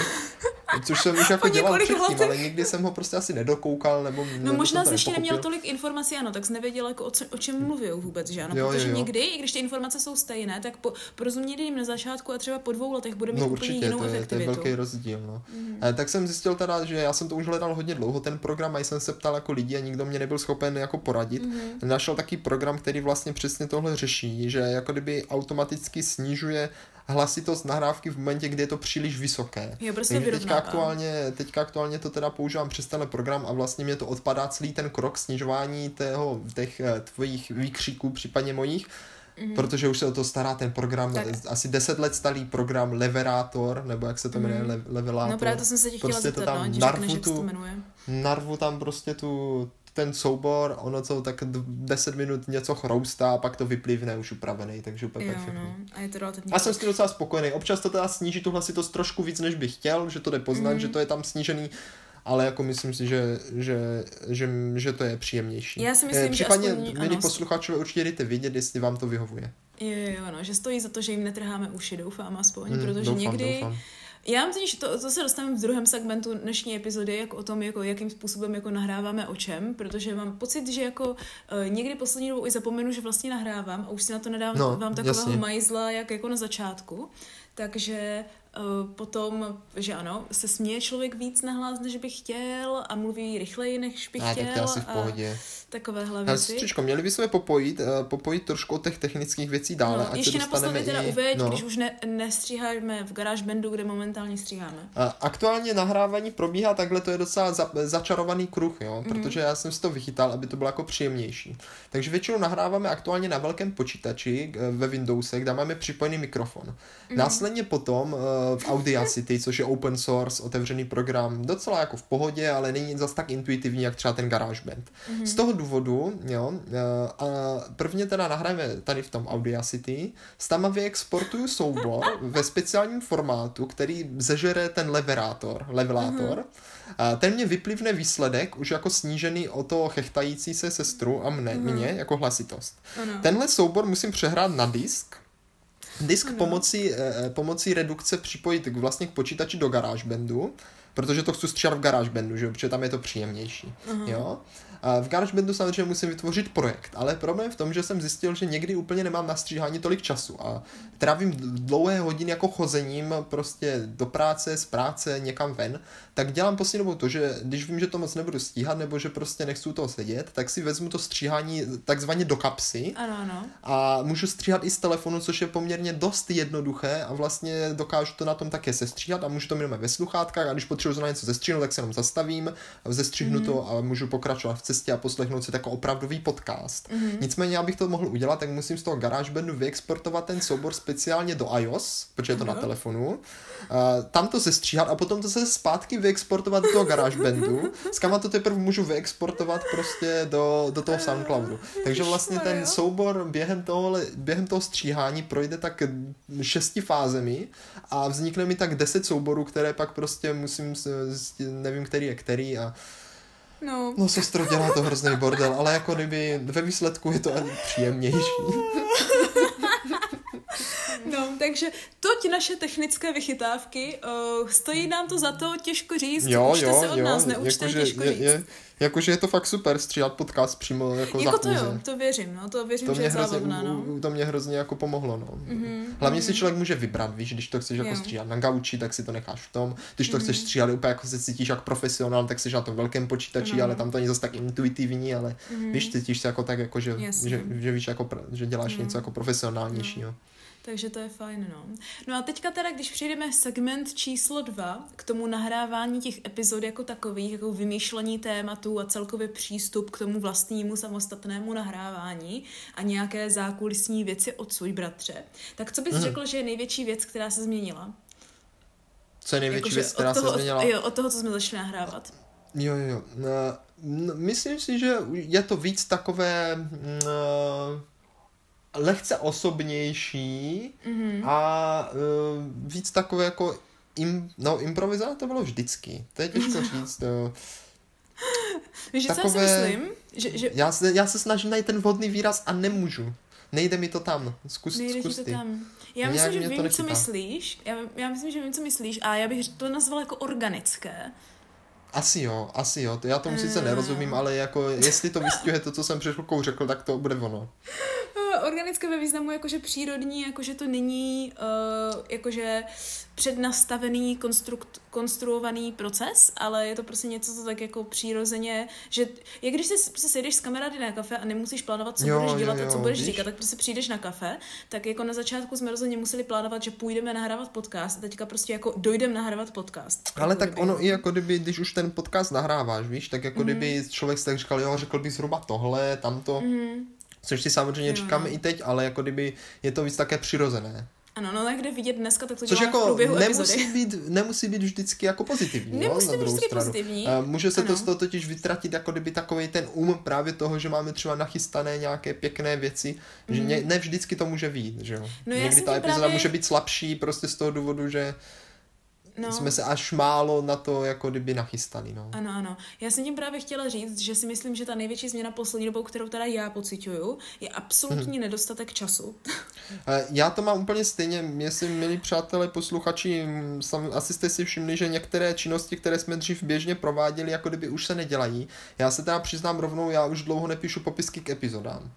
Což jsem už jako dělal předtím, letech. Ale nikdy jsem ho prostě asi nedokoukal, nebo no možná jsi ještě neměl tolik informací, ano, tak jsi nevěděl, jako o, co, o čem mluví vůbec, že ano, jo, protože jo, jo. někdy, i když ty informace jsou stejné, tak po, porozumět jim na začátku a třeba po dvou letech bude mít no, úplně určitě, jinou to je, efektivitu. to je velký rozdíl, no. Mm. E, tak jsem zjistil teda, že já jsem to už hledal hodně dlouho, ten program, a jsem se ptal jako lidi a nikdo mě nebyl schopen jako poradit. Mm. Našel taky program, který vlastně přesně tohle řeší, že jako kdyby automaticky snižuje hlasitost nahrávky v momentě, kdy je to příliš vysoké. Jo, prostě teďka aktuálně, teďka aktuálně to teda používám přes tenhle program a vlastně mě to odpadá celý ten krok snižování tého, těch tvojich výkřiků, případně mojich, mm. protože už se o to stará ten program, tak. asi deset let starý program Leverátor, nebo jak se to jmenuje, mm. Levelátor. No právě to jsem se tě chtěla prostě zeptat, no, ti řekneš, jak se to jmenuje. Narvu tam prostě tu ten soubor, ono to tak deset minut něco chroustá a pak to vyplivne už upravený, takže úplně jo, perfektní. No. A je to relativně... A jsem s tím docela spokojený. Občas to teda sníží tu hlasitost trošku víc, než bych chtěl, že to jde poznat, mm. že to je tam snížený, ale jako myslím si, že, že, že, že to je příjemnější. Já si myslím, Případně, že aspoň... milí posluchačové, určitě dejte vědět, jestli vám to vyhovuje. Jo, jo, no, že stojí za to, že jim netrháme uši, doufám aspoň, mm, protože doufám, někdy... Doufám. Já mám totiž, to, to se dostaneme v druhém segmentu dnešní epizody, jako o tom, jako jakým způsobem jako nahráváme o čem, protože mám pocit, že jako uh, někdy poslední dobou i zapomenu, že vlastně nahrávám a už si na to nedávám no, vám takového jasně. majzla, jak jako na začátku. takže uh, potom, že ano, se směje člověk víc nahlas, než by chtěl a mluví rychleji, než by a, chtěl. Tak to asi v pohodě. Takovéhle věci. sestřičko, měli bychom popojit, uh, popojit trošku od těch technických věcí dále. No, ať ještě se naposledy teda i... uveď, no. když už ne, nestříháme v GarageBandu, kde momentálně stříháme. Uh, aktuálně nahrávání probíhá takhle, to je docela za, začarovaný kruh, jo, mm-hmm. protože já jsem si to vychytal, aby to bylo jako příjemnější. Takže většinou nahráváme aktuálně na velkém počítači ve Windowsech, kde máme připojený mikrofon. Mm-hmm. Následně potom uh, v Audacity, což je open source, otevřený program, docela jako v pohodě, ale není zas tak intuitivní, jak třeba ten GarageBand. Mm-hmm. Z toho důvodu, jo, uh, a prvně teda nahrajeme tady v tom Audacity, s tam vyexportuju soubor ve speciálním formátu, který zežere ten leverátor, levelátor. Mm-hmm. A ten mě vyplivne výsledek už jako snížený o to chechtající se sestru a mne, mm-hmm. mě jako hlasitost. Ano. Tenhle soubor musím přehrát na disk. Disk ano. pomocí, eh, pomocí redukce připojit k, vlastně k počítači do GarageBandu, protože to chci stříhat v GarageBandu, že? Protože tam je to příjemnější. Uh-huh. Jo? A v GarageBandu samozřejmě musím vytvořit projekt, ale problém v tom, že jsem zjistil, že někdy úplně nemám na stříhání tolik času a trávím dlouhé hodiny jako chozením prostě do práce, z práce, někam ven, tak dělám poslední dobou to, že když vím, že to moc nebudu stíhat, nebo že prostě nechci u toho sedět, tak si vezmu to stříhání takzvaně do kapsy. Ano, ano. A můžu stříhat i z telefonu, což je poměrně dost jednoduché a vlastně dokážu to na tom také sestříhat a můžu to mít ve sluchátkách a když potřebuji na něco zestříhnout, tak se jenom zastavím, zestřihnu mm. to a můžu pokračovat v cestě a poslechnout si jako opravdový podcast. Mm. Nicméně, abych to mohl udělat, tak musím z toho GarageBandu vyexportovat ten soubor speciálně do iOS, protože je to mm. na telefonu. Uh, tam to sestříhat a potom to se zpátky vyexportovat do toho GarageBandu, s kama to teprve můžu vyexportovat prostě do, do toho SoundCloudu. Takže vlastně ten soubor během tohohle, během toho stříhání projde tak šesti fázemi a vznikne mi tak deset souborů, které pak prostě musím, nevím, který je který a no, no sestro, dělá to hrozný bordel, ale jako kdyby ve výsledku je to příjemnější. No, takže toť naše technické vychytávky, uh, stojí nám to za to, těžko říct, jo, učte jo, se od jo, nás, neučte, jako, těžko je, říct. Je, jakože je to fakt super stříhat podcast přímo jako, jako za to chůze. jo, to věřím, no, to věřím, to že je hrozně, zábavná, no. To mě hrozně jako pomohlo, no. Mm-hmm, Hlavně mm-hmm. si člověk může vybrat, víš, když to chceš jako stříhat na gauči, tak si to necháš v tom, když to mm-hmm. chceš stříhat úplně jako se cítíš jako profesionál, tak jsi na tom velkém počítači, no. ale tam to není zase tak intuitivní, ale mm-hmm. víš, cítíš se jako tak, jako, že, že, že víš, jako, že děláš no. něco jako profesionálnějšího. No. Takže to je fajn, no. No a teďka teda, když přijdeme segment číslo dva, k tomu nahrávání těch epizod jako takových, jako vymýšlení tématů a celkově přístup k tomu vlastnímu samostatnému nahrávání a nějaké zákulisní věci odsud, bratře, tak co bys hmm. řekl, že je největší věc, která se změnila? Co je největší jako, věc, která toho, se změnila? Jo, od toho, co jsme začali nahrávat. Jo, jo. No, no, myslím si, že je to víc takové... No, lehce osobnější mm-hmm. a uh, víc takové jako im, no improvizovat to bylo vždycky. To je těžko říct. No. Víš, takové, co já si myslím? Že, že... Já, se, já se snažím najít ten vhodný výraz a nemůžu. Nejde mi to tam. Zkus, Nejde zkus ti to ty. tam. Já Nějak myslím, že vím, nechytá. co myslíš. Já, já myslím, že vím, co myslíš a já bych to nazvala jako organické. Asi jo, asi jo. Já tomu sice nerozumím, ale jako jestli to vystihuje to, co jsem před chvilkou řekl, tak to bude ono. Organické ve významu jakože přírodní, jakože to není uh, jakože přednastavený, konstrukt, konstruovaný proces, ale je to prostě něco, co tak jako přirozeně, že jak když si prostě sejdeš s kamarády na kafe a nemusíš plánovat, co jo, budeš dělat jo, jo, a co budeš víš? říkat, tak prostě přijdeš na kafe, tak jako na začátku jsme rozhodně museli plánovat, že půjdeme nahrávat podcast a teďka prostě jako dojdeme nahrávat podcast. Ale jako tak kdyby, ono i jako kdyby, když už ten podcast nahráváš, víš, tak jako mm. kdyby člověk si tak říkal, jo, řekl bych zhruba tohle, tamto, mm. což si samozřejmě jo, říkáme no. i teď, ale jako kdyby je to víc také přirozené. Ano, no tak jde vidět dneska, tak to což děláme jako v průběhu nemusí epizody. být, nemusí být vždycky jako pozitivní, nemusí jo, na druhou vždycky stranu. pozitivní. Může se ano. to z toho totiž vytratit jako kdyby takovej ten um právě toho, že máme třeba nachystané nějaké pěkné věci, mm. že ne, ne vždycky to může vyjít, že jo. No někdy ta epizoda právě... může být slabší prostě z toho důvodu, že No. jsme se až málo na to jako kdyby nachystali, no. Ano, ano. Já jsem tím právě chtěla říct, že si myslím, že ta největší změna poslední dobou, kterou teda já pociťuju, je absolutní hmm. nedostatek času. Já to mám úplně stejně, jestli milí přátelé, posluchači, asi jste si všimli, že některé činnosti, které jsme dřív běžně prováděli, jako kdyby už se nedělají. Já se teda přiznám rovnou, já už dlouho nepíšu popisky k epizodám.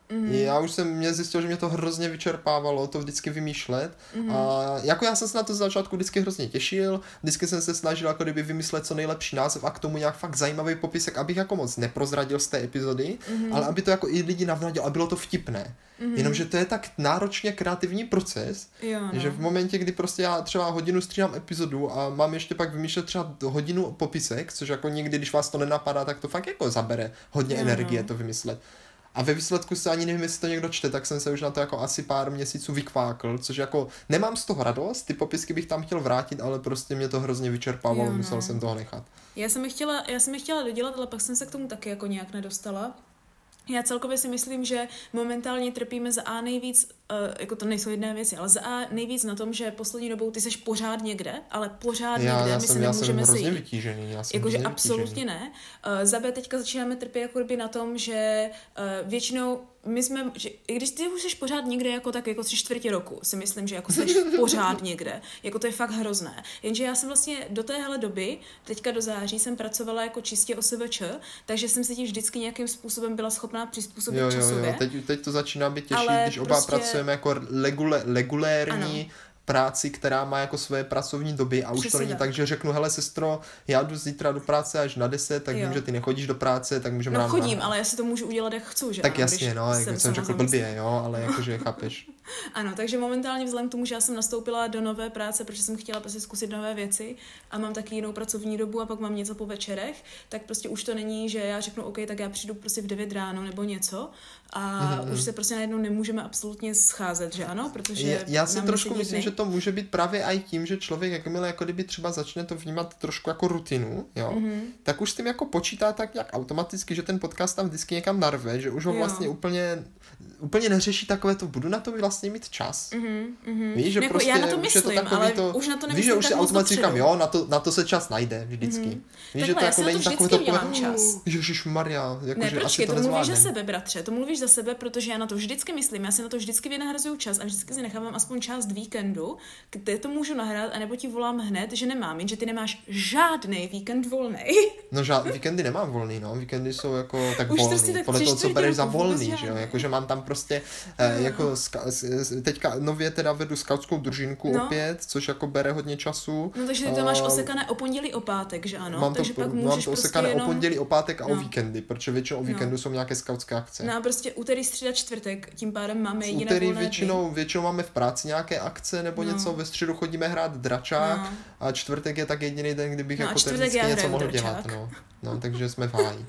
Mm. Já už jsem mě zjistil, že mě to hrozně vyčerpávalo, to vždycky vymýšlet. Mm. A jako já jsem se na to z začátku vždycky hrozně těšil, vždycky jsem se snažil jako kdyby vymyslet co nejlepší název a k tomu nějak fakt zajímavý popisek, abych jako moc neprozradil z té epizody, mm. ale aby to jako i lidi navnadilo a bylo to vtipné. Mm. Jenomže to je tak náročně kreativní proces, jo, no. že v momentě, kdy prostě já třeba hodinu stříhám epizodu a mám ještě pak vymýšlet třeba hodinu popisek, což jako někdy, když vás to nenapadá, tak to fakt jako zabere hodně jo, energie no. to vymyslet. A ve výsledku se ani nevím, jestli to někdo čte, tak jsem se už na to jako asi pár měsíců vykvákl, což jako nemám z toho radost, ty popisky bych tam chtěl vrátit, ale prostě mě to hrozně vyčerpávalo, jo, no. musel jsem toho nechat. Já jsem je chtěla, já jsem je chtěla dodělat, ale pak jsem se k tomu taky jako nějak nedostala. Já celkově si myslím, že momentálně trpíme za A nejvíc, uh, jako to nejsou jedné věci, ale za A nejvíc na tom, že poslední dobou ty seš pořád někde, ale pořád já, někde, já my jsem, se nemůžeme já jsem hrozně sejít. vytížený, já jsem Jakože hrozně absolutně vytížený. ne. Uh, za B teďka začínáme trpět jako kdyby na tom, že uh, většinou my jsme, že, i když ty už jsi pořád někde jako tak jako tři čtvrtě roku, si myslím, že jako jsi pořád někde, jako to je fakt hrozné. Jenže já jsem vlastně do téhle doby, teďka do září, jsem pracovala jako čistě O S V Č, takže jsem se tím vždycky nějakým způsobem byla schopná přizpůsobit jo, jo, časově. Jo, teď, teď to začíná být těžší, ale když oba prostě... pracujeme jako legule, regulérní ano. práci, která má jako své pracovní doby a už Přesně to není tak. tak, že řeknu, hele sestro, já jdu zítra do práce až na deset, tak jo. vím, že ty nechodíš do práce, tak můžeme No nám chodím, na... ale já si to můžu udělat, jak chci, že? Tak ano, jasně, no, jak jsem, jsem řekl blbě, jo, ale jakože chápeš. Ano, takže momentálně vzhledem k tomu, že já jsem nastoupila do nové práce, protože jsem chtěla prostě zkusit nové věci a mám taky jinou pracovní dobu a pak mám něco po večerech, tak prostě už to není, že já řeknu, OK, tak já přijdu prostě v devět ráno nebo něco a mm-hmm. už se prostě najednou nemůžeme absolutně scházet, že ano, protože... Já, já si trošku myslím, dny. že to může být právě i tím, že člověk, jakmile jako kdyby třeba začne to vnímat trošku jako rutinu, jo, mm-hmm. tak už s tím jako počítá tak nějak automaticky, že ten podcast tam vždycky někam narve, že už ho jo. vlastně úplně, úplně neřeší takové to, budu na to vlastně mít čas. Mm-hmm, mm-hmm. Víš, že jako prostě já na to už myslím, je to takový ale to, už na to víš, že už si automaticky říkám, jo, na to, na to se čas najde vždycky. Mm-hmm. Víš, takhle, že to jako není takové to, dělám čas. Ježišmarja, jako ne, že počkej, asi to to mluvíš nezvládnem. za sebe, bratře, to mluvíš za sebe, protože já na to vždycky myslím, já si na to vždycky vynahrazuju čas a vždycky si nechávám aspoň část víkendu, kde to můžu nahrát, anebo ti volám hned, že nemám, jenže ty nemáš žádný víkend volnej. No žád, víkendy nemám volný, no, víkendy jsou jako tak Už volný, tak podle toho, co bereš za volný, žádný. že jo, jakože mám tam prostě, eh, jako ska, teďka nově teda vedu skautskou družinku no. opět, což jako bere hodně času. No takže ty to máš osekané o pondělí, o pátek, že ano? Mám takže to, pak mám můžeš to prostě osekané jenom... o pondělí, o pátek a no. o víkendy, protože většinou o víkendu no. jsou nějaké skautské akce. No a prostě úterý, středa, čtvrtek, tím pádem máme jiné úterý volné většinou, dny. většinou máme v práci nějaké akce nebo no. něco, ve středu chodíme hrát dračák no. a čtvrtek je tak jediný den, kdybych no jako technicky něco mohl dělat. No. no, takže jsme v háji.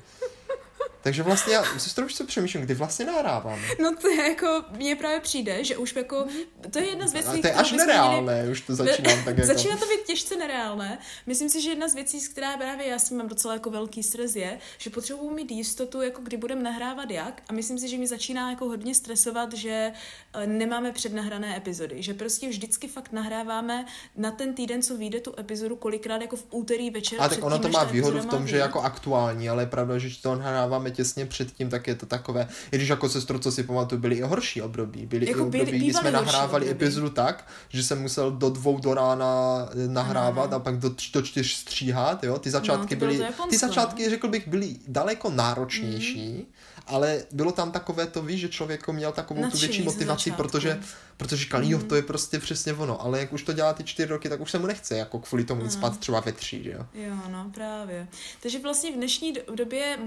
Takže vlastně já si trošku se přemýšlím, kdy vlastně nahráváme. No to je jako, mně právě přijde, že už jako, to je jedna z věcí, a to je až nereálné, měli... už to začínám tak jako. Začíná to být těžce nereálné. Myslím si, že jedna z věcí, z která právě já s tím mám docela jako velký stres je, že potřebuji mít jistotu, jako kdy budeme nahrávat jak a myslím si, že mi začíná jako hodně stresovat, že nemáme přednahrané epizody, že prostě vždycky fakt nahráváme na ten týden, co vyjde tu epizodu, kolikrát jako v úterý večer. A tak ono to má výhodu v tom, že být. jako aktuální, ale je pravda, že to nahráváme těsně předtím, tak je to takové, i když jako sestro, co si pamatuju, byly i horší období, byly jako i období, kdy jsme nahrávali epizodu tak, že jsem musel do dvou do rána nahrávat no. a pak do, do čtyř stříhat, jo, ty začátky no, byly, Japonsko, ty začátky, no. řekl bych, byly daleko náročnější, mm. ale bylo tam takové to, víš, že člověk měl takovou Nadšení tu větší motivaci, protože, protože říkal, mm. jo, to je prostě přesně ono, ale jak už to dělá ty čtyři roky, tak už se mu nechce, jako kvůli tomu jít spát třeba ve tři, že jo. Jo, no, právě. Takže vlastně v dnešní době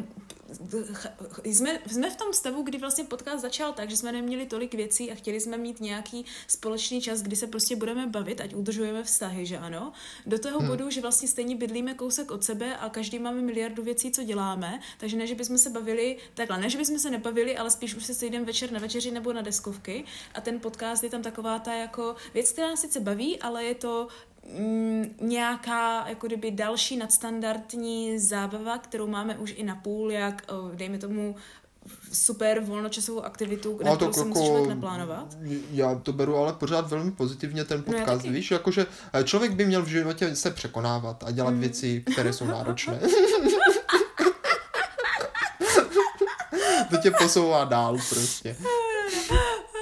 jsme, jsme v tom stavu, kdy vlastně podcast začal tak, že jsme neměli tolik věcí a chtěli jsme mít nějaký společný čas, kdy se prostě budeme bavit, ať udržujeme vztahy, že ano. Do toho hmm. bodu, že vlastně stejně bydlíme kousek od sebe a každý máme miliardu věcí, co děláme, takže ne, že bychom se bavili, takhle, ne, že bychom se nebavili, ale spíš už se sejdeme večer na večeři nebo na deskovky a ten podcast je tam taková ta jako věc, která sice baví, ale je to Mm, nějaká jako kdyby další nadstandardní zábava, kterou máme už i na půl, jak dejme tomu super volnočasovou aktivitu, na kterou se musí člověk naplánovat. Já to beru ale pořád velmi pozitivně ten podcast, no víš, jakože člověk by měl v životě se překonávat a dělat mm. věci, které jsou náročné. To tě posouvá dál prostě.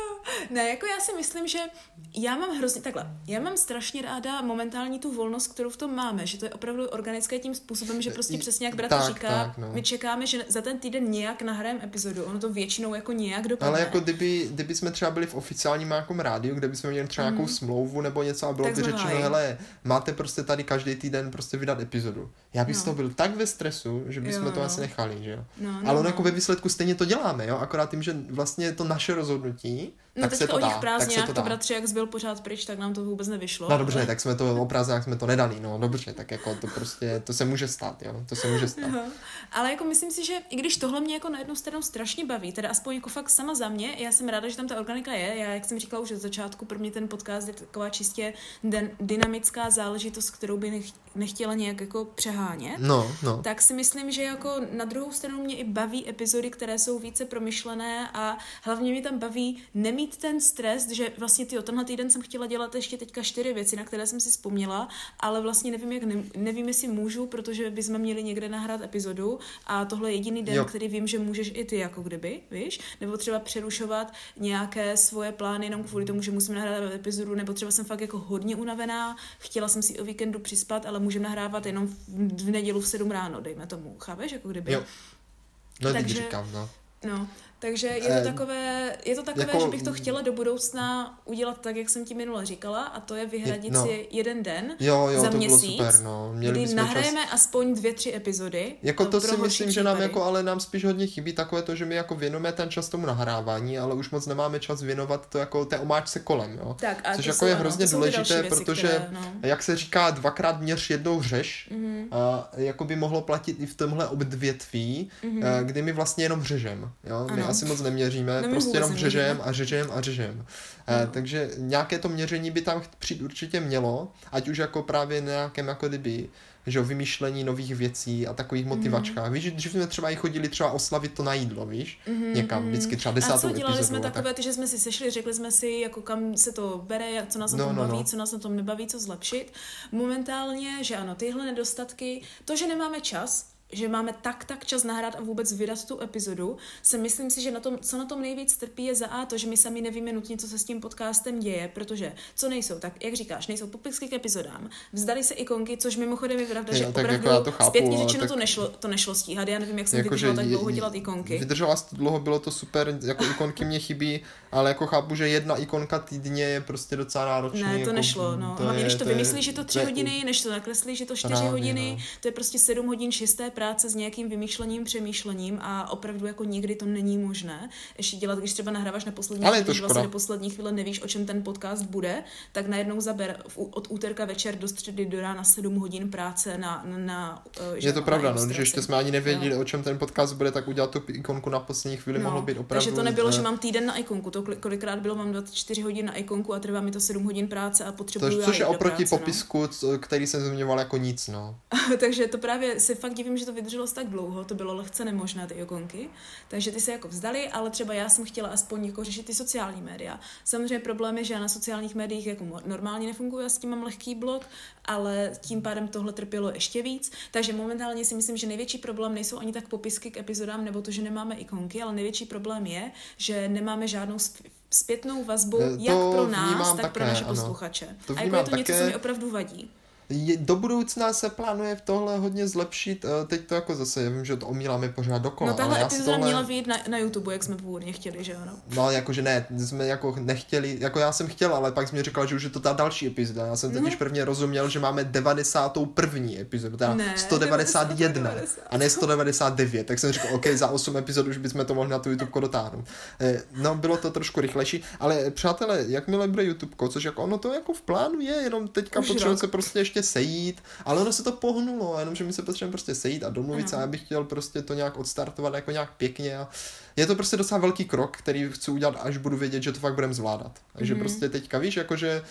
Ne, jako já si myslím, že já mám hrozně, takhle, já mám strašně ráda momentální tu volnost, kterou v tom máme, že to je opravdu organické tím způsobem, že prostě přesně jak bratr tak, říká, tak, no. my čekáme, že za ten týden nějak nahrajeme epizodu, ono to většinou jako nějak dopadne. Ale jako kdyby, kdyby jsme třeba byli v oficiálním nějakém rádiu, kde bychom měli třeba nějakou mm. smlouvu nebo něco a bylo tak by řečeno, hájí. hele, máte prostě tady každý týden prostě vydat epizodu. Já bych no. z toho byl tak ve stresu, že bychom jo, to no. asi nechali, že jo. No, no, ale ono no. jako ve výsledku stejně to děláme, jo, akorát tím, že vlastně je to naše rozhodnutí, no, tak se to dá. No teďka o těch prázdninách to bratře, jak zbyl pořád pryč, tak nám to vůbec nevyšlo. No dobře, ale... tak jsme to o prázdninách jsme to nedali, no dobře, tak jako to prostě, to se může stát, jo, to se může stát. No, ale jako myslím si, že i když tohle mě jako na jednu stranu strašně baví, teda aspoň jako fakt sama za mě, já jsem ráda, že tam ta organika je, já jak jsem říkala už od začátku, pro mě ten podcast je taková čistě den, dynamická záležitost, kterou by nech, nechtěla nějak jako přehánět. No, no. Tak si myslím, že jako na druhou stranu mě i baví epizody, které jsou více promyšlené a hlavně mi tam baví nemít ten stres, že vlastně tyjo, tenhle týden jsem chtěla dělat ještě teďka čtyři věci, na které jsem si vzpomněla, ale vlastně nevím, jak ne, nevím, jestli můžu, protože bychom měli někde nahrát epizodu a tohle je jediný den, jo. který vím, že můžeš i ty, jako kdyby, víš? Nebo třeba přerušovat nějaké svoje plány jenom kvůli tomu, že musím nahrát epizodu, nebo třeba jsem fakt jako hodně unavená, chtěla jsem si o víkendu přispat, ale můžeme nahrávat jenom v, v nedělu v sedm ráno, dejme tomu, chápeš, jako kdyby. Jo. No, takže, říkám, no. No, takže je to takové, je to takové, jako, že bych to chtěla do budoucna udělat tak, jak jsem ti minule říkala, a to je vyhradit no. si jeden den jo, jo, za to měsíc, bylo super, no. Měli kdy nahrajeme čas... aspoň dvě, tři epizody. Jako to si myslím, případy. že nám jako, ale nám spíš hodně chybí takové to, že my jako věnujeme ten čas tomu nahrávání, ale už moc nemáme čas věnovat to jako té omáčce kolem, jo. Tak, a což jako jsou, je ano, hrozně důležité, věci, protože, které, no. jak se říká, dvakrát měř, jednou řeš, mm-hmm. a jako by mohlo platit i v tomhle odvětví, mm-hmm. kdy my vlastně jenom řežem, jo. My asi moc neměříme. No, prostě jenom řežem a řežem a řežem. No. Eh, takže nějaké to měření by tam přijít určitě mělo, ať už jako právě nějakém jako kdyby, že o vymýšlení nových věcí a takových motivačkách. Mm-hmm. Víš, že jsme třeba i chodili třeba oslavit to na jídlo, víš? Mm-hmm. Někam, vždycky třeba desátou epizodu. A co, dělali epizodu, jsme takové, tak... ty, že jsme si sešli, řekli jsme si, jako kam se to bere, co nás na no, tom no, baví, no. co nás na tom nebaví, co zlepšit. Momentálně, že ano, tyhle nedostatky, to, že nemáme čas, že máme tak, tak čas nahrát a vůbec vydat tu epizodu, se myslím si, že na tom, co na tom nejvíc trpí je za A to, že my sami nevíme nutně, co se s tím podcastem děje, protože co nejsou, tak jak říkáš, nejsou popisky k epizodám, vzdali se ikonky, což mimochodem je pravda, že opravdu jako chápu, zpětně řečeno tak... to, nešlo, to nešlo stíhat, já nevím, jak jsem jako, vydržela tak dlouho dělat ikonky. Vydržela jsi to dlouho, bylo to super, jako ikonky mě chybí, ale jako chápu, že jedna ikonka týdně je prostě docela náročný. Ne, to jako, nešlo, no. To hlavně, je, když to, to vymyslíš, že to tři to hodiny, než to nakreslíš, že to čtyři právě, hodiny, no. to je prostě sedm hodin čisté práce s nějakým vymýšlením, přemýšlením a opravdu jako nikdy to není možné. Ještě dělat, když třeba nahráváš na poslední chvíli, když vlastně do poslední chvíle nevíš, o čem ten podcast bude, tak najednou zaber od úterka večer do středy do rána sedm hodin práce na... na, na je to pravda, no, že ještě jsme ani nevěděli, no. o čem ten podcast bude, tak udělat tu ikonku na poslední chvíli no. mohlo být opravdu... Takže to nebylo, že mám týden na ikonku, to kolikrát bylo, mám dvacet čtyři hodin na ikonku a trvá mi to sedm hodin práce a potřebuju to, což je oproti práce, popisku, no. který jsem zmiňoval jako nic, no. Takže to právě se fakt divím, že to vydrželo tak dlouho, to bylo lehce nemožné ty ikonky, takže ty se jako vzdali, ale třeba já jsem chtěla aspoň jako řešit ty sociální média. Samozřejmě problém je, že já na sociálních médiích jako normálně nefunguji, já s tím mám lehký blok, ale tím pádem tohle trpělo ještě víc, takže momentálně si myslím, že největší problém nejsou ani tak popisky k epizodám nebo to, že nemáme ikonky, ale největší problém je, že nemáme žádnou zpětnou vazbu, to jak pro nás, tak také, pro naše posluchače. A jako je to také... něco, co mi opravdu vadí. Do budoucna se plánuje v tohle hodně zlepšit, teď to jako zase, já vím, že to omíláme pořád dokola. No tahle epizoda tohle... měla vyjít na, na YouTube, jak jsme původně chtěli, že ano? No jakože ne, jsme jako nechtěli, jako já jsem chtěl, ale pak jsi mi říkal, že už je to ta další epizoda. Já jsem totiž no. prvně rozuměl, že máme devadesátou první epizodu, teda ne, sto devadesát jedna a ne sto devadesát devět, tak jsem říkal, OK, za osm epizod už bychom to mohli na tu YouTube dotáhnout. No bylo to trošku rychlejší, ale přátelé, jakmile bude YouTube, což jako ono to jako v plánu je, jenom teďka potřebujeme se prostě ještě sejít, ale ono se to pohnulo, jenomže my se potřebujeme prostě sejít a domluvit se a já bych chtěl prostě to nějak odstartovat jako nějak pěkně a je to prostě docela velký krok, který chci udělat, až budu vědět, že to fakt budeme zvládat. Takže mm-hmm. prostě teďka víš, jakože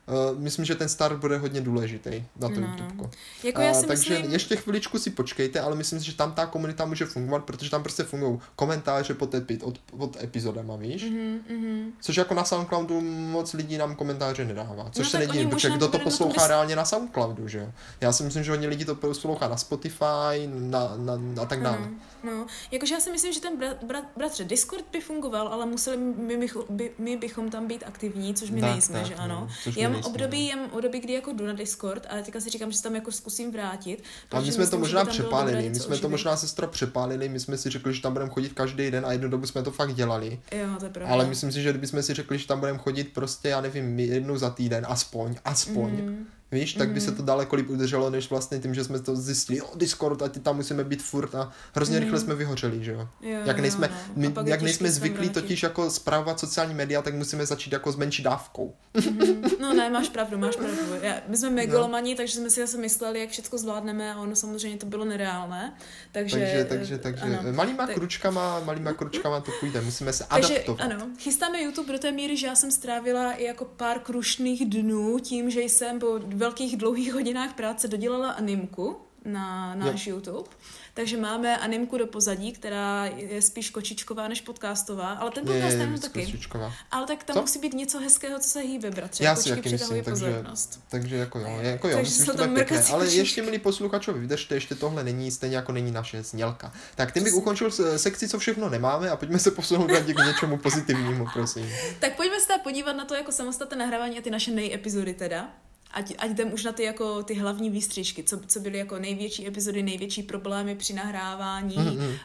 uh, myslím, že ten start bude hodně důležitý na tom No, YouTube. no. Jako já si takže myslím... ještě chviličku si počkejte, ale myslím si, že tam ta komunita může fungovat, protože tam prostě fungují komentáře pod, epi, od, pod epizodama, víš? Mm-hmm, mm-hmm. Což jako na SoundCloudu moc lidí nám komentáře nedává. Což No se tak nedivím, oni protože možná kdo to budou na tom poslouchá vys- reálně na SoundCloudu, že jo? Já si myslím, že hodně lidí to poslouchá na Spotify na, na, a tak dále. Ano, no, jakože já si myslím, že ten bra, bra, bratře, Discord by fungoval, ale museli my, bych, by, my bychom tam být aktivní, což my tak, nejsme, tak, že ano. No, já mám období, já mám období, kdy jako jdu na Discord, ale teďka si říkám, že se tam jako zkusím vrátit. A my jsme myslím, to možná by přepálili, my jsme to možná sestra přepálili, my jsme si řekli, že tam budeme chodit každý den a jednu dobu jsme to fakt dělali. Jo, to je pravda. Ale myslím si, že kdybychom si řekli, že tam budeme chodit prostě, já nevím, jednou za týden, aspoň, aspoň. Mm. Víš, tak by se to daleko líp udrželo, než vlastně tím, že jsme to zjistili, o Discord a ty tam musíme být furt a hrozně mm. rychle jsme vyhořeli, že jo. jo jak nejsme, jo, no. my, jak nejsme zvyklí totiž jako spravovat sociální média, tak musíme začít jako s menší dávkou. Mm. No ne, máš pravdu, máš pravdu. Já, my jsme megalomani, no. takže jsme si zase mysleli, jak všechno zvládneme a ono samozřejmě to bylo nereálné. Takže, takže, takže, takže ano, malýma tak... kručkama, malýma kručkama to půjde, musíme se takže, adaptovat. Ano, chystáme YouTube do té míry, že já jsem strávila i jako pár krušných dnů tím, že jsem po velkých dlouhých hodinách práce dodělala animku na náš jo. YouTube. Takže máme animku do pozadí, která je spíš kočičková než podcastová, ale ten podcast je, je taky. Kočičková. Ale tak tam co? Musí být něco hezkého, co se hýbe, bratře. Já si jaký myslím, takže, takže jako jo, jako jo, takže myslím, že to bude pěkné. Ale ještě, milí posluchačovi, vydržte, ještě tohle není, stejně jako není naše znělka. Tak tím bych ukončil sekci, co všechno nemáme a pojďme se posunout k něčemu pozitivnímu, prosím. Tak pojďme se teda podívat na to jako samostatné nahrávání a ty naše nejepizody teda. Ať, ať jdem už na ty, jako, ty hlavní výstřižky, co, co byly jako největší epizody, největší problémy při nahrávání, mm-hmm. uh,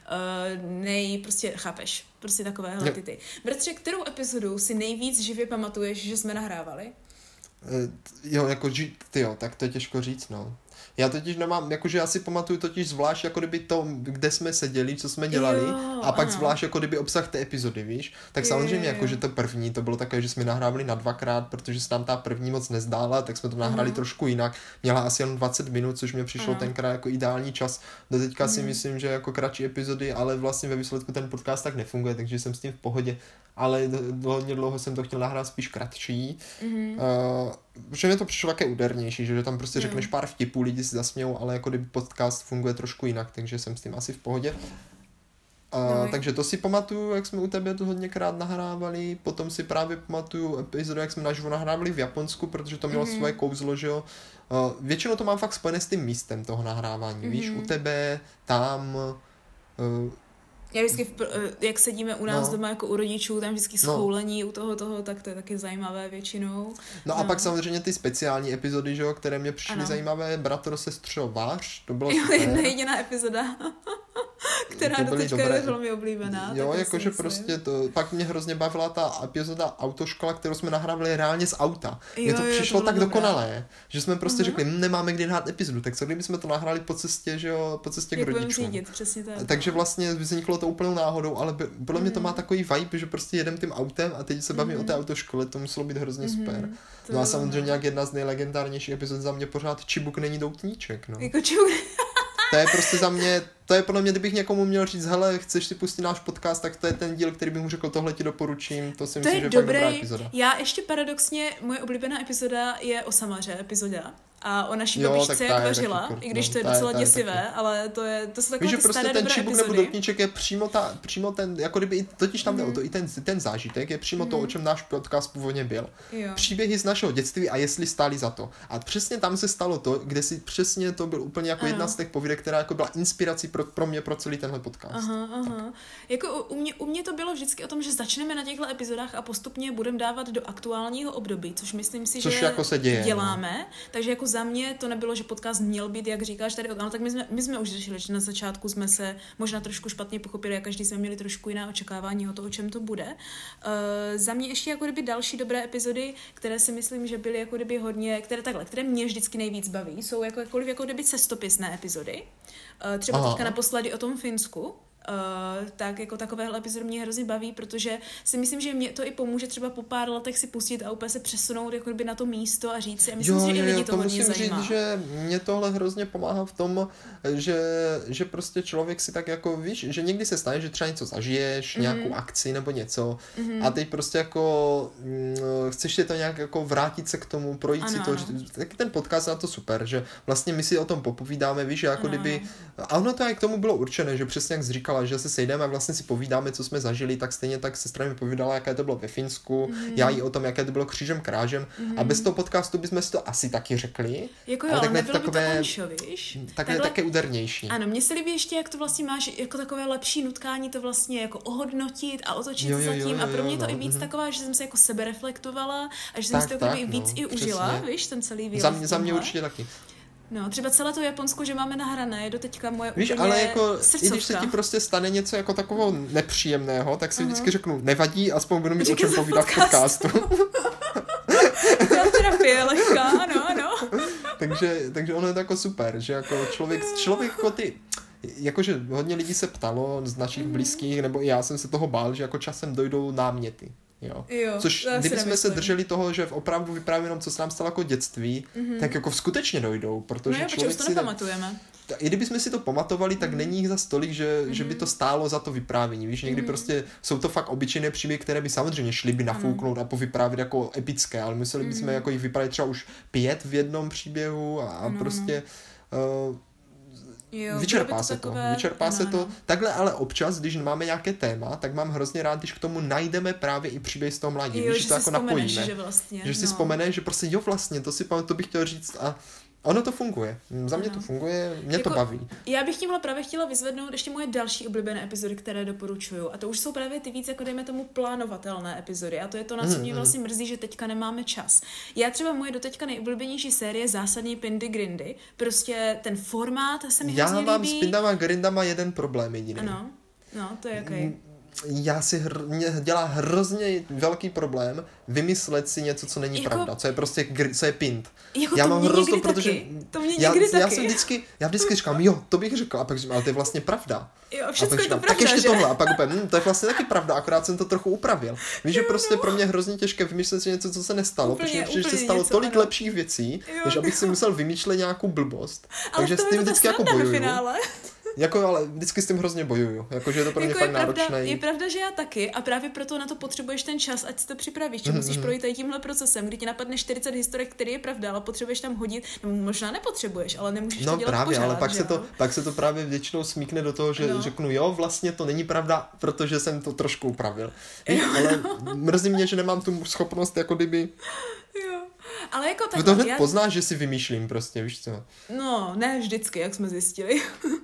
nej, prostě, chápeš, prostě takovéhle ty ty. Bratře, kterou epizodu si nejvíc živě pamatuješ, že jsme nahrávali? Uh, jo, jako, tyjo, tak to je těžko říct, no. Já totiž nemám, jakože já si pamatuju totiž zvlášť jako kdyby to, kde jsme seděli, co jsme dělali jo, a pak ano. zvlášť jako kdyby obsah té epizody, víš? Tak samozřejmě jakože to první, to bylo takové, že jsme nahrávali na dvakrát, protože se tam ta první moc nezdála, tak jsme to nahráli uh-huh. trošku jinak. Měla asi jen dvacet minut, což mě přišlo uh-huh. tenkrát jako ideální čas. Do teďka uh-huh. si myslím, že jako kratší epizody, ale vlastně ve výsledku ten podcast tak nefunguje, takže jsem s tím v pohodě. Ale hodně dlouho jsem to chtěl nahrát spíš kratší. Mm-hmm. Uh, protože mi to přišlo také údernější, že tam prostě řekneš pár vtipů, lidi si zasmějou, ale jako kdyby podcast funguje trošku jinak, takže jsem s tím asi v pohodě. Uh, takže to si pamatuju, jak jsme u tebe to hodněkrát nahrávali, potom si právě pamatuju epizodu, jak jsme naživo nahrávali v Japonsku, protože to mělo mm-hmm. svoje kouzlo, že jo. Uh, většinou to mám fakt spojené s tím místem toho nahrávání, mm-hmm. víš, u tebe, tam... Uh, Já vždycky, jak sedíme u nás no. doma jako u rodičů, tam vždycky schoulení no. u toho toho, tak to je taky zajímavé většinou. No, no. a pak samozřejmě ty speciální epizody, že jo, které mě přišly ano. zajímavé, Bratro, sestřo, váš, to bylo super. Jedna jediná epizoda, která do teďka je velmi oblíbená. Jo, jakože prostě to, pak mě hrozně bavila ta epizoda Autoškola, kterou jsme nahrávali reálně z auta. Mně to jo, přišlo to tak dobré. Dokonalé, že jsme prostě uh-huh. řekli, nemáme kdy nahrát epizodu, tak co kdyby jsme to nahráli po cestě, že jo, po cestě jak k rodičům. Řídit, přesně tak. Takže vlastně vzniklo to úplnou náhodou, ale podle mě to má takový vibe, že prostě jedem tím autem a teď se bavím mm-hmm. o té autoškole, to muselo být hrozně mm-hmm. super. To no a samozřejmě jak jedna z nejlegendárnějších epizod za mě pořád Čibuk není doutníček, no. Jako Čibuk. To je prostě za mě, to je podle mě, kdybych někomu měl říct, hele, chceš si pustit náš podcast, tak to je ten díl, který bych mu řekl, tohle ti doporučím, to si to myslím, je že je dobrý. fakt dobrá epizoda. Já ještě paradoxně, moje oblíbená epizoda je o Samaře epizoda. A o naší babičce, jak vařila, i když to je docela je, děsivé, je ale to, je, to jsou takové Víš, ty prostě staré ten dobré Čibuk epizody. nebo Doutníček je přímo, ta, přímo ten, jako kdyby, totiž tam jde mm. o to, i ten, ten zážitek je přímo mm. to, o čem náš podcast původně byl. Jo. Příběhy z našeho dětství a jestli stáli za to. A přesně tam se stalo to, kde si přesně to byl úplně jako ano. jedna z těch povídek, která jako byla inspirací pro, pro mě, pro celý tenhle podcast. Aha, aha. Jako u mě, u mě to bylo vždycky o tom, že začneme na těchto epizodách a postupně budeme dávat do aktuálního období, což myslím si, což že jako se děje, děláme. No. Takže jako za mě to nebylo, že podcast měl být, jak říkáš tady, ale tak my jsme, my jsme už řešili, že na začátku jsme se možná trošku špatně pochopili a každý jsme měli trošku jiná očekávání o to, o čem to bude. Uh, za mě ještě jako kdyby další dobré epizody, které si myslím, že byly jako kdyby hodně, které takhle, které mě vždycky nejvíc baví, jsou jako, jako, jako kdyby cestopisné epizody. Uh, třeba Aha. teďka naposledy o tom Finsku. uh, tak jako takovéhle epizody mě hrozně baví, protože si myslím, že mě to i pomůže třeba po pár letech si pustit a úplně se přesunout jako kdyby na to místo a říct si. A myslím, jo, že i lidi jo, to, to hodně musím zajímá. říct, že mě tohle hrozně pomáhá v tom, že, že prostě člověk si tak jako, víš, že někdy se stane, že třeba něco zažiješ, mm-hmm. nějakou akci nebo něco mm-hmm. a teď prostě jako mm, chceš si to nějak jako vrátit se k tomu, projít ano, si to, ano. Taky ten podcast na to super, že vlastně my si o tom popovídáme, víš, jako ano, kdyby, ano. A ono to i k tomu bylo určené, že přesně jak jsi říkala, že se sejdeme a vlastně si povídáme, co jsme zažili, tak stejně tak sestra mi povídala, jaké to bylo ve Finsku, mm-hmm. já jí o tom, jaké to bylo křížem krážem mm-hmm. a bez toho podcastu bychom si to asi taky řekli. Jako jo, ale nebylo takové, by to onšo, víš? Takové také údernější. Ano, mně se líbí ještě, jak to vlastně máš jako takové lepší nutkání to vlastně jako ohodnotit a otočit jo, jo, jo, zatím jo, jo, a pro mě to no, i víc mm-hmm. taková, že jsem se jako sebe reflektovala a že jsem tak, si to tak, no, víc i užila, přesně. Víš, ten celý výlet. Za mě, za mě určitě taky. No, třeba celé to Japonsko, že máme nahrané, je doteďka moje víš, úplně ale jako, srdcovka. I když se ti prostě stane něco jako takového nepříjemného, tak si uh-huh. vždycky řeknu, nevadí, aspoň budu mít o čem povídat v podcastu. Terapie lehká, ano, ano. takže, takže ono je to jako super, že jako člověk, člověk jako ty, jakože hodně lidí se ptalo z našich mm-hmm. blízkých, nebo i já jsem se toho bál, že jako časem dojdou náměty. Jo. Jo, což kdyby jsme se drželi toho, že opravdu vyprávíme jenom, co se nám stalo jako dětství, mm-hmm. tak jako skutečně dojdou, protože no jo, člověk to si nepamatujeme. Ta, i kdybychom si to pamatovali, tak mm-hmm. není jich za stolik, že, mm-hmm. že by to stálo za to vyprávění. Víš, někdy mm-hmm. prostě jsou to fakt obyčejné příběhy, které by samozřejmě šly by nafouknout mm-hmm. a povyprávět jako epické, ale museli bychom mm-hmm. jako jich vyprávět třeba už pět v jednom příběhu a mm-hmm. prostě uh, Jo, vyčerpá se to, takové... vyčerpá no, se to. No. Takhle ale občas, když máme nějaké téma, tak mám hrozně rád, když k tomu najdeme právě i příběh z toho mládí, jo, víš, že to jako napojíme. Že, vlastně, že si no. vzpomeneš, že prostě jo vlastně, to si to bych chtěl říct a ono to funguje. Za mě ano. to funguje, mě jako, to baví. Já bych tímhle právě chtěla vyzvednout ještě moje další oblíbené epizody, které doporučuju. A to už jsou právě ty víc, jako dejme tomu, plánovatelné epizody. A to je to, na co mm, mě vlastně mrzí, že teďka nemáme čas. Já třeba moje doteďka nejoblíbenější série zásadně Pindy Grindy. Prostě ten formát se mi hrozně líbí. Já mám s Pindama Grindama jeden problém jediný. Ano, no, to je jaký. Já si hr, mě dělá hrozně velký problém vymyslet si něco, co není jako, pravda, co je prostě, co je pint. Jako já to mám mě hrozno, někdy protože taky. To mě já, někdy já taky. jsem vždycky, já vždycky říkám, jo, to bych řekl, a pak říkám, ale to je vlastně pravda. Jo, všechno je to říkám, pravda, tak ještě že? tohle, a pak úplně, hm, to je vlastně taky pravda, akorát jsem to trochu upravil. Víš, že prostě pro mě hrozně těžké vymyslet si něco, co se nestalo, úplně, protože se stalo něco, tolik ano. lepších věcí, jo, než abych si musel vymýšlet nějakou blbost. Ale takže s tím vždycky jako bojuju. Jako, ale vždycky s tím hrozně bojuju, jakože je to pro mě jako fakt je pravda, náročné. Je pravda, že já taky a právě proto na to potřebuješ ten čas, ať si to připravíš, že mm-hmm. musíš projít tady tímhle procesem, kdy ti napadne čtyřicet historek, který je pravda, ale potřebuješ tam hodit, nebo možná nepotřebuješ, ale nemůžeš no, to dělat právě, pořád, ale pak že se, to, pak se to právě většinou smíkne do toho, že no. řeknu, jo, vlastně to není pravda, protože jsem to trošku upravil. Jo, ale no. mrzí mě, že nemám tu schopnost, jako kdyby... Jo. Ale jako tak, to hned já... poznáš, že si vymýšlím prostě, víš co? No, ne vždycky, jak jsme zjistili.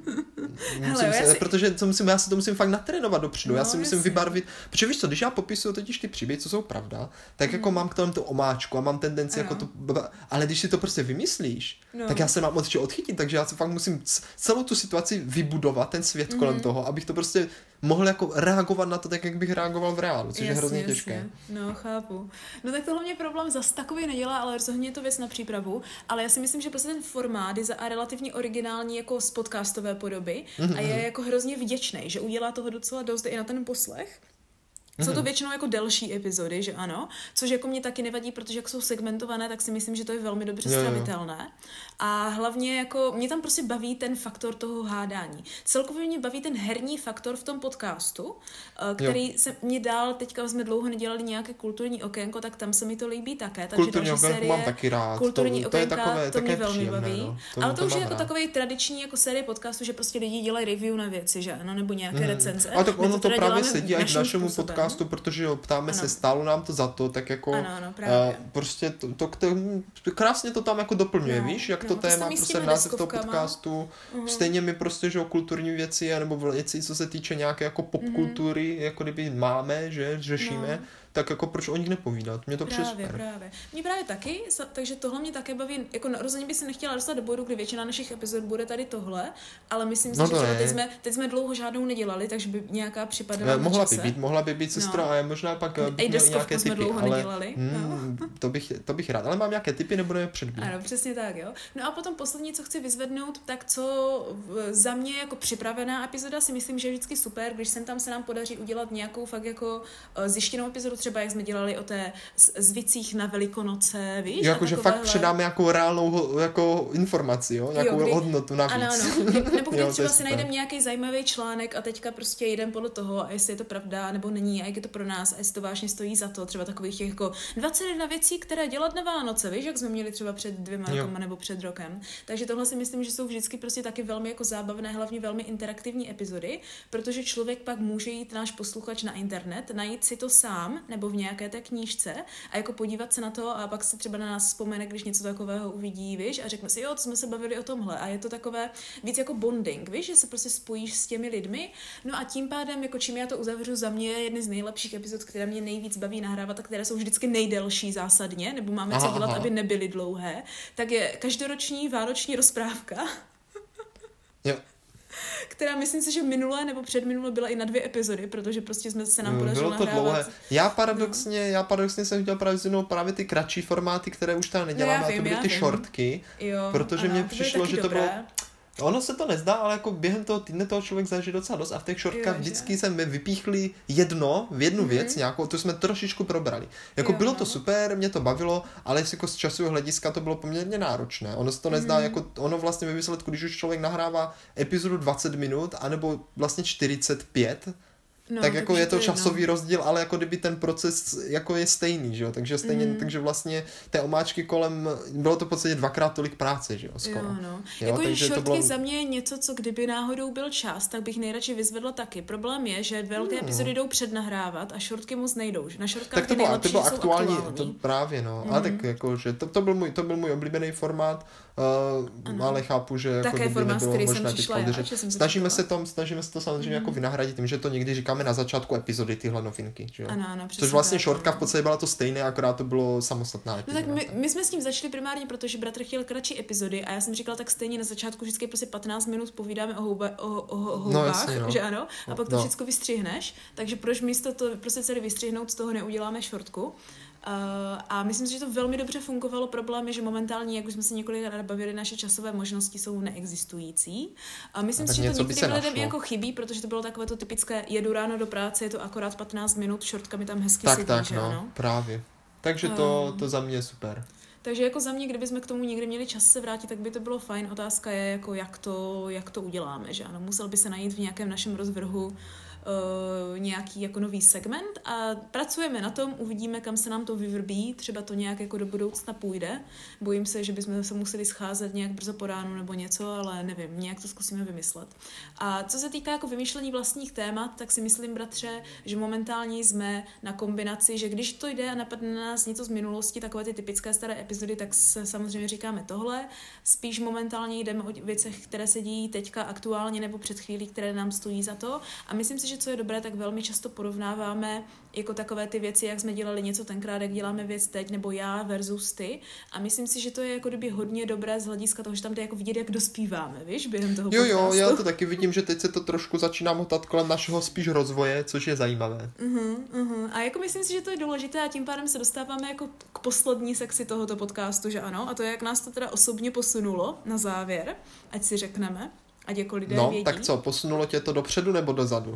Hele, se, si... Protože to musím, já si to musím fakt natrénovat dopředu, no, já si musím jasně. vybarvit, protože víš co, když já popisuju totiž ty příběhy, co jsou pravda, tak mm. jako mám k tomu tu omáčku a mám tendenci ano. jako to, ale když si to prostě vymyslíš, no. tak já se mám od čeho odchytit, takže já se fakt musím celou tu situaci vybudovat, ten svět mm. kolem toho, abych to prostě mohl jako reagovat na to tak, jak bych reagoval v reálu, což jasně, je hrozně jasně. těžké. No, chápu. No tak tohle mě problém zas takový nedělá, ale rozhodně je to věc na přípravu, ale já si myslím, že prostě ten formát je za a relativně originální jako z podcastové podoby mm-hmm. a je jako hrozně vděčný, že udělá toho docela dost i na ten poslech. Jsou to většinou jako delší epizody, že ano, což jako mě taky nevadí, protože jak jsou segmentované, tak si myslím, že to je velmi dobře stravitelné. A hlavně jako mě tam prostě baví ten faktor toho hádání. Celkově mě baví ten herní faktor v tom podcastu, který jo. se mě dal, teďka jsme dlouho nedělali nějaké kulturní okénko, tak tam se mi to líbí také. Takže kulturní okénko mám taky rád. Kulturní to, okénka, to, je takové, to mě velmi příjemné, baví. No. To, ale to, to už je jako rád. takový tradiční jako série podcastu, že prostě lidi dělají review na věci, že ano, nebo nějaké mm. recenze. A tak ono to, to právě sedí i k našemu způsobem. podcastu, protože jo, ptáme ano. se, stálo nám to za to, tak jako ano, ano, právě. Uh, prostě to, to, to, to krásně to tam jako doplňuje, no, víš, jak no, to téma, prostě název toho podcastu, uh-huh. stejně my prostě, že o kulturní věci, nebo věci, co se týče nějaké jako popkultury, uh-huh. jako kdyby máme, že řešíme, no. tak jako proč o nich nepovídat? Mě to přijde Právě, super. právě. Mě právě taky, takže tohle mě také baví, jako rozhodně by se nechtěla dostat do bodu, kdy většina našich epizod bude tady tohle, ale myslím si, no že třeba je. teď jsme, teď jsme dlouho žádnou nedělali, takže by nějaká připadala mohla na čase. by být, mohla by být sestra, no. A možná pak bych měl nějaké jsme tipy, dlouho ale nedělali. Mm, no. to, bych, to bych rád, ale mám nějaké tipy, nebudeme předbíhat. Ano, přesně tak, jo. No a potom poslední, co chci vyzvednout, tak co za mě jako připravená epizoda si myslím, že je vždycky super, když sem tam se nám podaří udělat nějakou fakt jako zjištěnou epizodu, třeba jak jsme dělali o té zvicích na Velikonoce, víš? Jakože fakt předáme jako reálnou jako informaci, jo? Nějakou jo, kdy... hodnotu navíc. Ano, ano. Nebo když třeba si najdeme nějaký zajímavý článek a teďka prostě jdem podle toho, a jestli je to pravda nebo není, a jak je to pro nás, a jestli to vážně stojí za to, třeba takových těch jako dvacet jedna věcí, které dělat na Vánoce, víš, jak jsme měli třeba před dvěma rokama nebo před rokem. Takže tohle si myslím, že jsou vždycky prostě taky velmi jako zábavné, hlavně velmi interaktivní epizody, protože člověk pak může jít, náš posluchač, na internet, najít si to sám nebo v nějaké té knížce a jako podívat se na to a pak se třeba na nás vzpomene, když něco takového uvidí, víš, a řekne si, jo, to jsme se bavili o tomhle, a je to takové víc jako bonding, víš, že se prostě spojíš s těmi lidmi. No a tím pádem, jako čím já to uzavřu, za mě je jedny z nejlepších epizod, které mě nejvíc baví nahrávat a které jsou vždycky nejdelší zásadně, nebo máme aha, co dělat, aha. aby nebyly dlouhé, tak je každoroční vánoční rozprávka. Jo. Která myslím si, že minulé nebo předminulé byla i na dvě epizody, protože prostě jsme se nám podařilo nahrávat. Bylo to dlouhé. Já paradoxně, no. já paradoxně jsem chtěl právě zjednou právě ty kratší formáty, které už tam neděláme, no, vím, a to byly ty vím. shortky, jo, protože ano, mě přišlo, že to dobré. bylo... Ono se to nezdá, ale jako během toho týdne toho člověk zažije docela dost a v těch shortkách jo, vždycky jsme vypíchli jedno, v jednu mm-hmm. věc nějakou, to jsme trošičku probrali. Jako jo, bylo no. to super, mě to bavilo, ale jako z časového hlediska to bylo poměrně náročné. Ono se to nezdá, mm-hmm. jako ono vlastně ve výsledku, když už člověk nahrává epizodu dvacet minut, anebo vlastně čtyřicet pět, No, tak jako je to časový no. rozdíl, ale jako kdyby ten proces jako je stejný, že jo, takže stejně, mm. takže vlastně té omáčky kolem, bylo to v podstatě dvakrát tolik práce, že jo, skoro. Jo, no. Jo, jako takže shortky to bylo... za mě je něco, co kdyby náhodou byl čas, tak bych nejradši vyzvedla taky. Problém je, že velké mm. epizody jdou přednahrávat a shortky moc nejdou. Na shortkách tak to bylo, to bylo aktuální, aktuální. To právě, no. Mm. Ale tak jako, že to, to, byl můj, to byl můj oblíbený formát, uh, ale chápu, že jako také formát, který jsem přišla já, snažíme se to, snažíme se to samozřejmě jako vynahradit tím, že to někdy říkáme na začátku epizody tyhle novinky, že jo? Ano, ano, což vlastně tak, shortka v podstatě byla to stejné, akorát to bylo samostatná epizoda. No tak my, my jsme s tím začali primárně, protože bratr chtěl kratší epizody a já jsem říkala, tak stejně na začátku vždycky prostě patnáct minut povídáme o, houba, o, o, o houbách, no, jasně, no. že ano? A pak to no. všechno vystřihneš, takže proč místo to prostě celý vystřihnout, z toho neuděláme shortku? Uh, a myslím si, že to velmi dobře fungovalo. Problém je, že momentálně, jak už jsme se několikrát bavili, naše časové možnosti jsou neexistující. A myslím a si, že to některým lidem jako chybí, protože to bylo takové to typické, jedu ráno do práce, je to akorát patnáct minut, shortka mi tam hezky tak, sedí, tak, že no, ano? právě. Takže to, to za mě je super. Takže jako za mě, kdybychom k tomu někdy měli čas se vrátit, tak by to bylo fajn. Otázka je, jako jak to, jak to uděláme, že ano? Musel by se najít v nějakém našem rozvrhu Uh, nějaký jako nový segment a pracujeme na tom, uvidíme, kam se nám to vyvrbí, třeba to nějak jako do budoucna půjde. Bojím se, že bychom se museli scházet nějak brzo po ránu nebo něco, ale nevím, nějak to zkusíme vymyslet. A co se týká jako vymýšlení vlastních témat, tak si myslím, bratře, že momentálně jsme na kombinaci, že když to jde a napadne na nás něco z minulosti, takové ty typické staré epizody, tak se samozřejmě říkáme tohle. Spíš momentálně jdeme o věcech, které se dějí teďka aktuálně nebo před chvílí, které nám stojí za to. A myslím si, že co je dobré, tak velmi často porovnáváme jako takové ty věci, jak jsme dělali něco tenkrát, jak děláme věc teď, nebo já versus ty. A myslím si, že to je jako kdyby hodně dobré z hlediska toho, že tam jde jako vidět, jak dospíváme, víš, během toho jo, podcastu. Jo, já to taky vidím, že teď se to trošku začíná motat kolem našeho spíš rozvoje, což je zajímavé. Uh-huh, uh-huh. A jako myslím si, že to je důležité a tím pádem se dostáváme jako k poslední sekci tohoto podcastu, že ano? A to je, jak nás to teda osobně posunulo na závěr, ať si řekneme, ať jako lidé no, vědí. No, tak co, posunulo tě to dopředu nebo dozadu?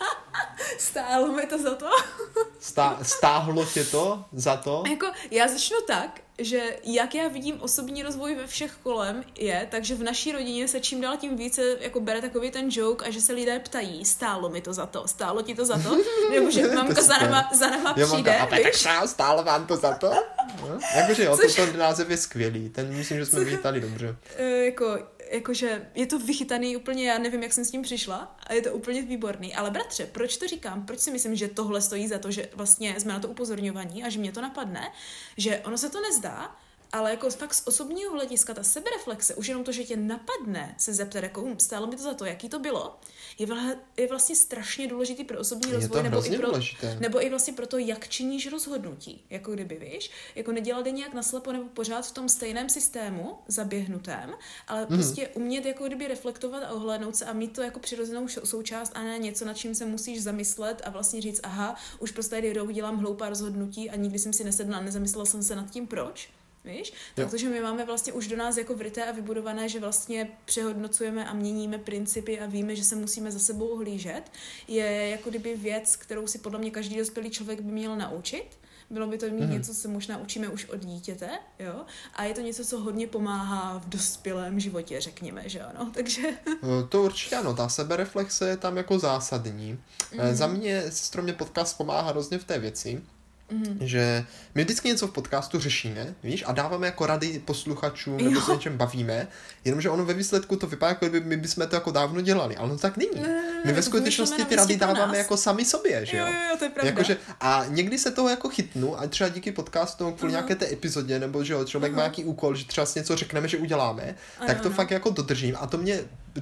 Stálo mi to za to. Stá, stáhlo tě to za to? Jako, já začnu tak, že jak já vidím osobní rozvoj ve všech kolem je, takže v naší rodině se čím dál tím více jako bere takový ten joke a že se lidé ptají, stálo mi to za to, stálo ti to za to? Nebo že mamka za nama, za nama jo, přijde, mamka, a tak stálo vám to za to? No? Jakože jo, Což... to, ten název je skvělý, ten myslím, že jsme vychytali dobře. Uh, jako, jakože je to vychytaný úplně, já nevím, jak jsem s tím přišla a je to úplně výborný, ale bratře, proč to říkám, proč si myslím, že tohle stojí za to, že vlastně jsme na to upozorňovaní a že mě to napadne, že ono se to nezdá, ale jako fakt z osobního hlediska ta sebereflexe, už jenom to, že tě napadne se zeptat, jako um, stálo mi to za to, jaký to bylo, je, vla, je vlastně strašně důležitý pro osobní je rozvoj, nebo i, pro, důležité. nebo i vlastně pro to, jak činíš rozhodnutí, jako kdyby, víš, jako nedělat je nějak naslepo nebo pořád v tom stejném systému zaběhnutém, ale mm. prostě umět jako kdyby reflektovat a ohlédnout se a mít to jako přirozenou součást a ne něco, nad čím se musíš zamyslet a vlastně říct, aha, už prostě tady rok dělám hloupá rozhodnutí a nikdy jsem si nesedla a nezamyslela jsem se nad tím, proč. Víš? Protože my máme vlastně už do nás jako vryté a vybudované, že vlastně přehodnocujeme a měníme principy a víme, že se musíme za sebou ohlížet, je jako kdyby věc, kterou si podle mě každý dospělý člověk by měl naučit. Bylo by to mít mm. něco, co se možná učíme už od dítěte, jo? A je to něco, co hodně pomáhá v dospělém životě, řekněme, že ano, takže... To určitě ano, ta sebereflexe je tam jako zásadní. Mm. Za mě, sestro, mě podcast pomáhá hrozně v té věci, Mm. že my vždycky něco v podcastu řešíme, víš, a dáváme jako rady posluchačům, nebo se něčem bavíme, jenomže ono ve výsledku to vypadá, jako kdyby my bychom to jako dávno dělali, ale no tak není. My ve skutečnosti ty rady dáváme jako sami sobě, že jo? Jo, jo, to je pravda. Jakože, a někdy se toho jako chytnu, a třeba díky podcastu kvůli uh-huh. nějaké té epizodě, nebo že jo, člověk uh-huh. má nějaký úkol, že třeba si něco řekneme, že uděláme, ano, tak to ano. fakt jako dodržím a to mě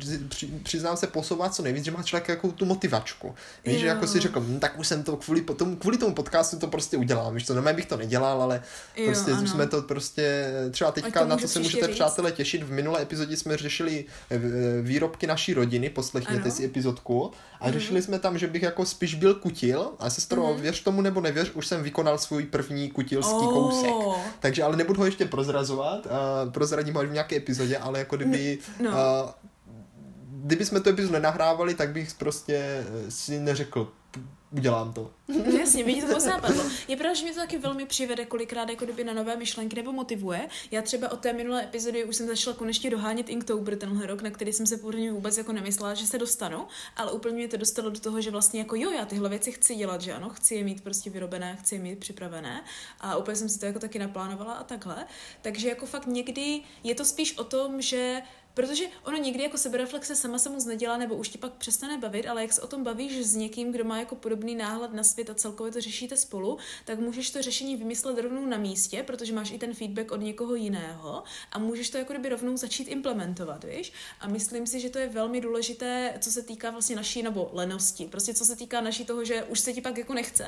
přiznám se posouvat co nejvíc, že má člověk jako tu motivačku. Víš, jo. že jako si řekl, hm, tak už jsem to kvůli tomu, kvůli tomu podcastu to prostě udělám. Víš co, normálně bych to nedělal, ale jo, prostě ano. jsme to prostě, třeba teďka na to se můžete víc. Přátelé těšit. V minulé epizodě jsme řešili výrobky naší rodiny, poslechněte ano. si epizodku a mm. řešili jsme tam, že bych jako spíš byl kutil a sestro, mm. věř tomu nebo nevěř, už jsem vykonal svůj první kutilský oh. kousek. Takže ale nebudu ho ještě prozrazovat, a prozradím ho až v nějaké epizodě, ale jako kdyby no. a, kdyby jsme to epizodu nenahrávali, tak bych prostě si neřekl, udělám to. Jasně, vidíte, to moc nápadlo. Je pravda, že mě to taky velmi přivede kolikrát jako kdyby na nové myšlenky nebo motivuje. Já třeba od té minulé epizody už jsem začala konečně dohánět Inktober tenhle rok, na který jsem se původně vůbec jako nemyslela, že se dostanu, ale úplně mě to dostalo do toho, že vlastně jako jo, já tyhle věci chci dělat, že ano, chci je mít prostě vyrobené, chci je mít připravené a úplně jsem si to jako taky naplánovala a takhle. Takže jako fakt někdy je to spíš o tom, že protože ono někdy jako sebereflexe sama se moc nedělá, nebo už ti pak přestane bavit, ale jak se o tom bavíš s někým, kdo má jako podobný náhled na svět a celkově to řešíte spolu, tak můžeš to řešení vymyslet rovnou na místě, protože máš i ten feedback od někoho jiného a můžeš to jako kdyby rovnou začít implementovat, víš? A myslím si, že to je velmi důležité, co se týká vlastně naší nebo lenosti, prostě co se týká naší toho, že už se ti pak jako nechce.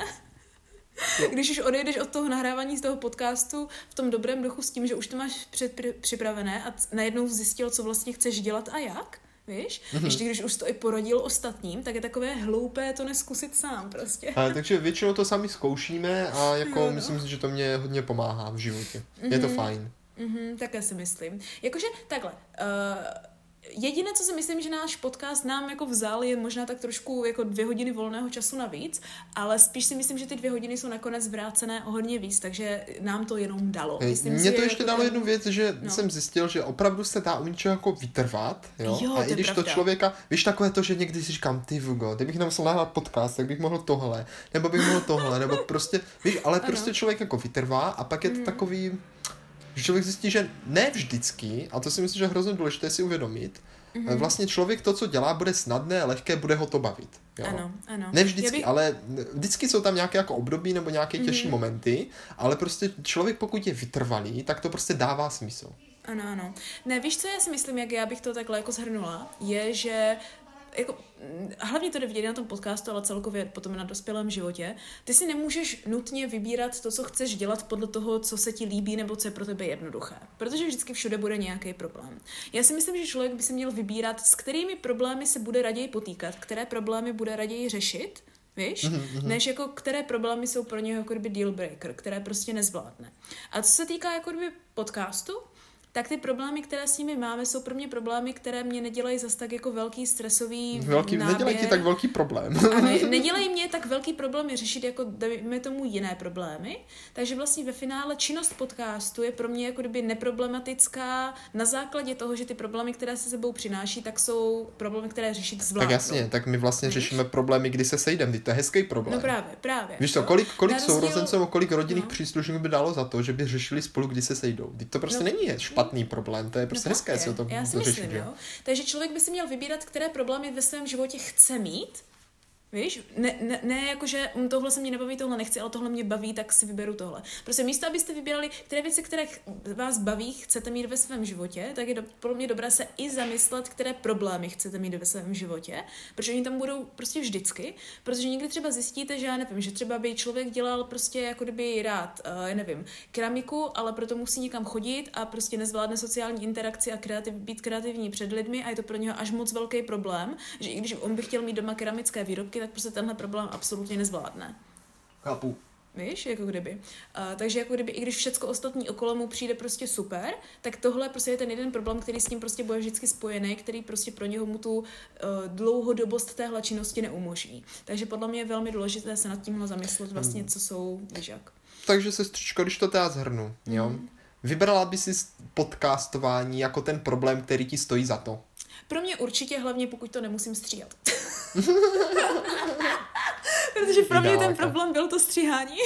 No. Když už odejdeš od toho nahrávání z toho podcastu v tom dobrém duchu s tím, že už to máš předpřipravené a najednou zjistil, co vlastně chceš dělat a jak, víš? Mm-hmm. Ještě když už to i poradil ostatním, tak je takové hloupé to neskusit sám prostě. A, takže většinou to sami zkoušíme a jako no, no. myslím si, že to mě hodně pomáhá v životě. Mm-hmm. Je to fajn. Mm-hmm, také si myslím. Jakože takhle... Uh, Jediné, co si myslím, že náš podcast nám jako vzal, je možná tak trošku jako dvě hodiny volného času navíc, ale spíš si myslím, že ty dvě hodiny jsou nakonec vrácené o hodně víc, takže nám to jenom dalo. Mně to ještě jako dalo ten... jednu věc, že no. jsem zjistil, že opravdu se dá u něčeho jako vytrvat, jo? jo a i když pravda. to člověka, víš takové to, že někdy si říkám, ty Vugo, kdybych nemusel nahrávat podcast, tak bych mohl tohle, nebo bych mohl tohle, nebo prostě, víš, ale ano. prostě člověk jako vytrvá a pak je to mm. takový... že člověk zjistí, že ne vždycky, a to si myslím, že je hrozně důležité si uvědomit, mm-hmm. vlastně člověk to, co dělá, bude snadné, lehké, bude ho to bavit. Jo? Ano, ano. Ne vždycky, bych... ale vždycky jsou tam nějaké jako období nebo nějaké těžší mm-hmm. momenty, ale prostě člověk, pokud je vytrvalý, tak to prostě dává smysl. Ano, ano. Ne, víš, co já si myslím, jak já bych to takhle jako shrnula, je, že jako, hlavně to jde vidět na tom podcastu, ale celkově potom na dospělém životě, ty si nemůžeš nutně vybírat to, co chceš dělat podle toho, co se ti líbí nebo co je pro tebe jednoduché. Protože vždycky všude bude nějaký problém. Já si myslím, že člověk by si měl vybírat, s kterými problémy se bude raději potýkat, které problémy bude raději řešit, víš, mm-hmm. než jako které problémy jsou pro něho jako kdyby deal breaker, které prostě nezvládne. A co se týká jako kdyby podcastu, tak ty problémy, které s nimi máme, jsou pro mě problémy, které mě nedělají zas tak jako velký stresový velký, náběr. Nedělají ti tak velký problém. A ne, nedělají mě tak velký problémy řešit jako dejme tomu jiné problémy. Takže vlastně ve finále činnost podcastu je pro mě jako kdyby neproblematická na základě toho, že ty problémy, které se sebou přináší, tak jsou problémy, které řešit zvládnou. Tak jasně, tak my vlastně Víš? řešíme problémy, kdy se sejdeme, to je hezký problém. No právě, právě. Víš to, kolik, kolik rozdíl... sourozenců, kolik rodinných no. příslušníků by dalo za to, že by řešili spolu, kdy se sejdou. Teď to prostě no. není špatný problém, to je prostě no hezké si o tom Já si řešit. Myslím, jo. Takže člověk by si měl vybírat, které problémy ve svém životě chce mít, Víš? Ne, ne, ne jakože tohle se mě nebaví, tohle nechci, ale tohle mě baví, tak si vyberu tohle. Prostě místo, abyste vybírali, které věci, které vás baví, chcete mít ve svém životě, tak je do, pro mě dobré se i zamyslet, které problémy chcete mít ve svém životě, protože oni tam budou prostě vždycky, protože někdy třeba zjistíte, že já nevím, že třeba by člověk dělal prostě jako kdyby rád, uh, já nevím, keramiku, ale proto musí někam chodit a prostě nezvládne sociální interakci a kreativ, být kreativní před lidmi a je to pro něho až moc velký problém, že i když on by chtěl mít doma keramické výrobky, tak prostě tenhle problém absolutně nezvládne. Chápu. Víš, jako kdyby. Uh, takže jako kdyby, i když všecko ostatní okolo mu přijde prostě super, tak tohle prostě je ten jeden problém, který s tím prostě bude vždycky spojený, který prostě pro něho mu tu uh, dlouhodobost téhle činnosti neumožní. Takže podle mě je velmi důležité se nad tímhle zamyslet vlastně, co jsou, víš jak. Takže sestřičko, když to teda zhrnu, jo? Mm. Vybrala by si podcastování jako ten problém, který ti stojí za to? Pro mě určitě, hlavně pokud to nemusím stříhat. Protože pro mě ten problém byl to stříhání.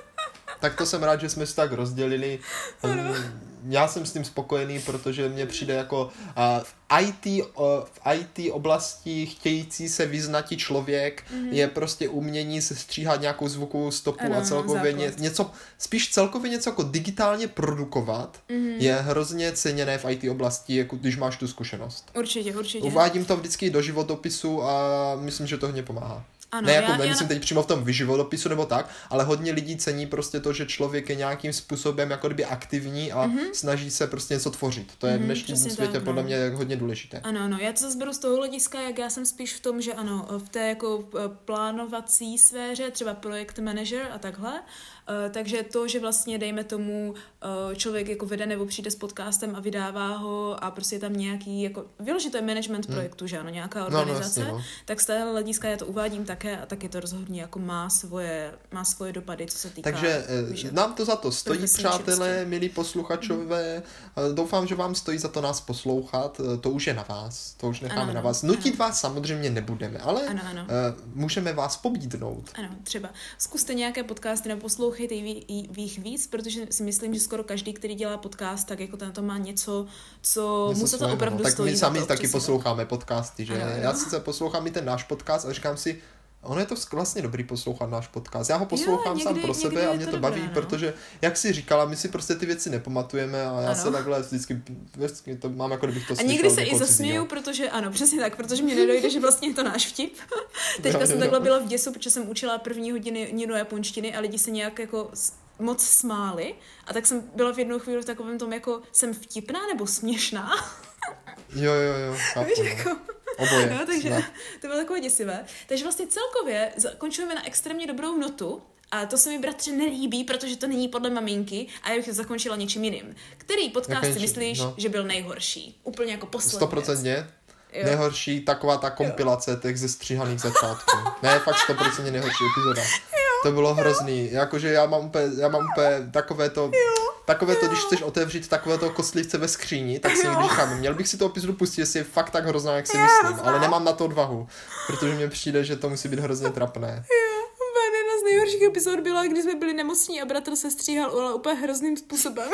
Tak to jsem rád, že jsme se tak rozdělili. Ano. Já jsem s tím spokojený, protože mně přijde jako uh, v, í té, uh, v í té oblasti chtějící se vyznati člověk mm-hmm. je prostě umění se stříhat nějakou zvukovou stopu ano, a celkově ně, něco, spíš celkově něco jako digitálně produkovat mm-hmm. je hrozně ceněné v í té oblasti, jako když máš tu zkušenost. Určitě, určitě. Uvádím to vždycky do životopisu a myslím, že to hodně pomáhá. Ano, ne jako já, nemyslím já... teď přímo v tom životopisu nebo tak, ale hodně lidí cení prostě to, že člověk je nějakým způsobem jako kdyby aktivní a mm-hmm. snaží se prostě něco tvořit. To je v dnešním mm-hmm, světě tak, podle no. mě hodně důležité. Ano, ano, já to zase beru z toho hlediska, jak já jsem spíš v tom, že ano, v té jako plánovací sféře, třeba projekt manager a takhle, Uh, takže to, že vlastně dejme tomu uh, člověk jako vede nebo přijde s podcastem a vydává ho a prostě je tam nějaký, jako vyložit to je management hmm. projektu, že ano, nějaká organizace, no, no, jasně, no. Tak z téhle hlediska já to uvádím také a taky to rozhodně jako má svoje, má svoje dopady, co se týká. Takže uh, nám to za to stojí, přátelé, milí posluchačové, hmm. doufám, že vám stojí za to nás poslouchat, to už je na vás, to už necháme ano, na vás. Nutit ano. vás samozřejmě nebudeme, ale ano, ano. Uh, můžeme vás pobídnout. Ano, třeba zkuste nějaké podcasty nebo poslouchat poslouchejte jich víc, protože si myslím, že skoro každý, který dělá podcast, tak jako ten to má něco, co něco mu se to opravdu no. Tak stojí. Tak my sami to, taky posloucháme tak. podcasty, že? Ano, Já sice poslouchám i ten náš podcast a říkám si, ono je to vlastně dobrý poslouchat náš podcast. Já ho poslouchám jo, někdy, sám pro sebe a mě to, to baví, dobré, no. protože, jak jsi říkala, my si prostě ty věci nepamatujeme a já ano. se takhle vždycky, vždycky to mám, jako kdybych to slyšel. A někdy se i zasměju, protože, ano, přesně tak, protože mě nedojde, že vlastně je to náš vtip. Teďka no, jsem no, takhle no. byla v děsu, protože jsem učila první hodiny hodinu japonštiny a lidi se nějak jako moc smáli a tak jsem byla v jednu chvíli v takovém tom, jako jsem vtipná nebo směšná. Jo, jo, jo, chápu, Víš, no. jako... Oboje. No, takže no. to bylo takové děsivé. Takže vlastně celkově zakončujeme na extrémně dobrou notu a to se mi, bratře, nelíbí, protože to není podle maminky a já bych zakončila něčím jiným. Který podcast si myslíš, no. že byl nejhorší? Úplně jako poslední. Stoprocentně. Nejhorší, taková ta kompilace jo. těch zestříhaných začátků. Ne, fakt stoprocentně nejhorší epizoda. Jo. To bylo hrozný. Jakože já mám úplně, já mám úplně takové to... Jo. Takové to, když chceš otevřít takové to kostlivce ve skříni, tak si někdy říkám, měl bych si to epizodu pustit, jestli je fakt tak hrozná, jak si myslím, ale nemám na to odvahu, protože mně přijde, že to musí být hrozně trapné. Jo, jedna z nejhorších epizod byla, když jsme byli nemocní a bratr se stříhal, ale úplně hrozným způsobem.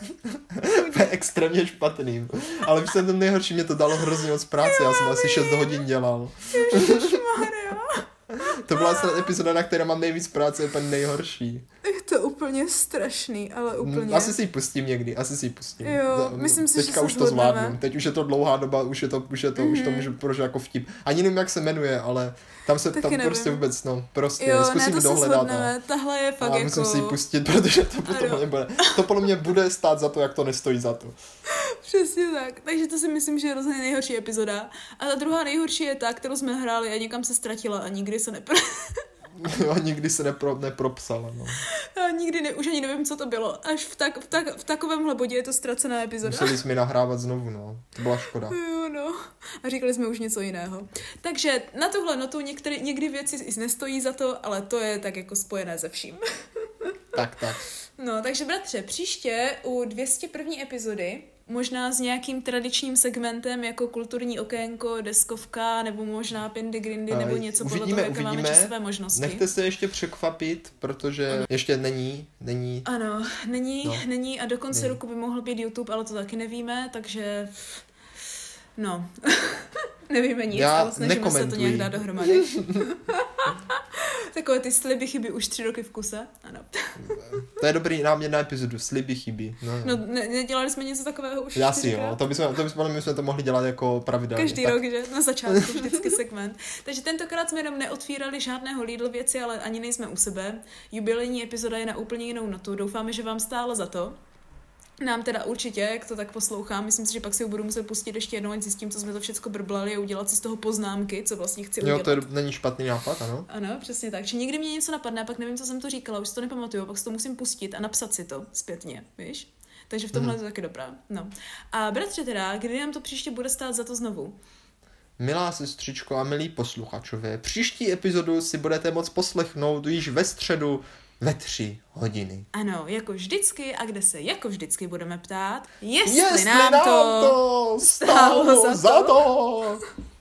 Extrémně špatným, ale když jsem ten nejhorší, mě to dalo hrozně moc práce, jo, já jsem asi šest hodin dělal. Ježišmarja. To byla asi epizoda, na které mám nejvíc práce, je úplně nejhorší. Je to úplně strašný, ale úplně. Asi si ji pustím někdy, asi si ji pustím. Jo, myslím si, Teďka že už to zvládnu. Teď už je to dlouhá doba, už je to, už je to, mm-hmm. už to můžu prožít jako vtip. Ani nevím, jak se jmenuje, ale tam se, tam nevím. prostě vůbec, no, prostě, jo, zkusím ne, to dohledat. A... Tahle je fakt a jako... musím si ji pustit, protože to potom nebude. To podle mě bude stát za to, jak to nestojí za to. Přesně tak. Takže to si myslím, že je rozhodně nejhorší epizoda. A ta druhá nejhorší je ta, kterou jsme hráli a někam se ztratila a nikdy se nepr... A nikdy se nepro, nepropsala, no. A nikdy ne, už ani nevím, co to bylo. Až v, tak, v, tak, v takovémhle bodě je to ztracená epizoda. Museli jsme nahrávat znovu, no. To byla škoda. Jo, no. A říkali jsme už něco jiného. Takže na tuhle notu některé, někdy věci nestojí za to, ale to je tak jako spojené se vším. Tak, tak. No, takže bratře, příště u dvě stě první epizody možná s nějakým tradičním segmentem jako kulturní okénko, deskovka, nebo možná Pindy Grindy, nebo něco podle toho, jaké máme časové možnosti. Nechte se ještě překvapit, protože ano. ještě není, není. Ano, není, no. není a do konce není. roku by mohl být YouTube, ale to taky nevíme, takže no. Nevíme nic, Já ale snažíme se to nějak dát dohromady. Takové ty sliby chyby už tři roky v kuse, ano. To je dobrý námět na epizodu, sliby chyby. No, no ne, nedělali jsme něco takového už Já si jo, to bychom, to bychom, my jsme to mohli dělat jako pravidelně. Každý tak. rok, že? Na začátku vždycky segment. Takže tentokrát jsme jenom neotvírali žádného Lidl věci, ale ani nejsme u sebe. Jubilejní epizoda je na úplně jinou notu. Doufáme, že vám stálo za to. Nám teda určitě, jak to tak poslouchám, myslím si, že pak si ho budu muset pustit ještě jednou, ať zjistím, co jsme to všecko brblali a udělat si z toho poznámky, co vlastně chci udělat. Jo, to je, není špatný nápad, ano. Ano, přesně tak. Že někdy mě něco napadne a pak nevím, co jsem to říkala, už si to nepamatuju, pak si to musím pustit a napsat si to zpětně, víš? Takže v tomhle hmm. je to taky dobrá. No. A bratře teda, kdy nám to příště bude stát za to znovu? Milá sestřičko a milí posluchačové, příští epizodu si budete moct poslechnout již ve středu ve tři hodiny. Ano, jako vždycky a kde se jako vždycky budeme ptát, jestli, jestli nám, nám to to stálo za to. Za to.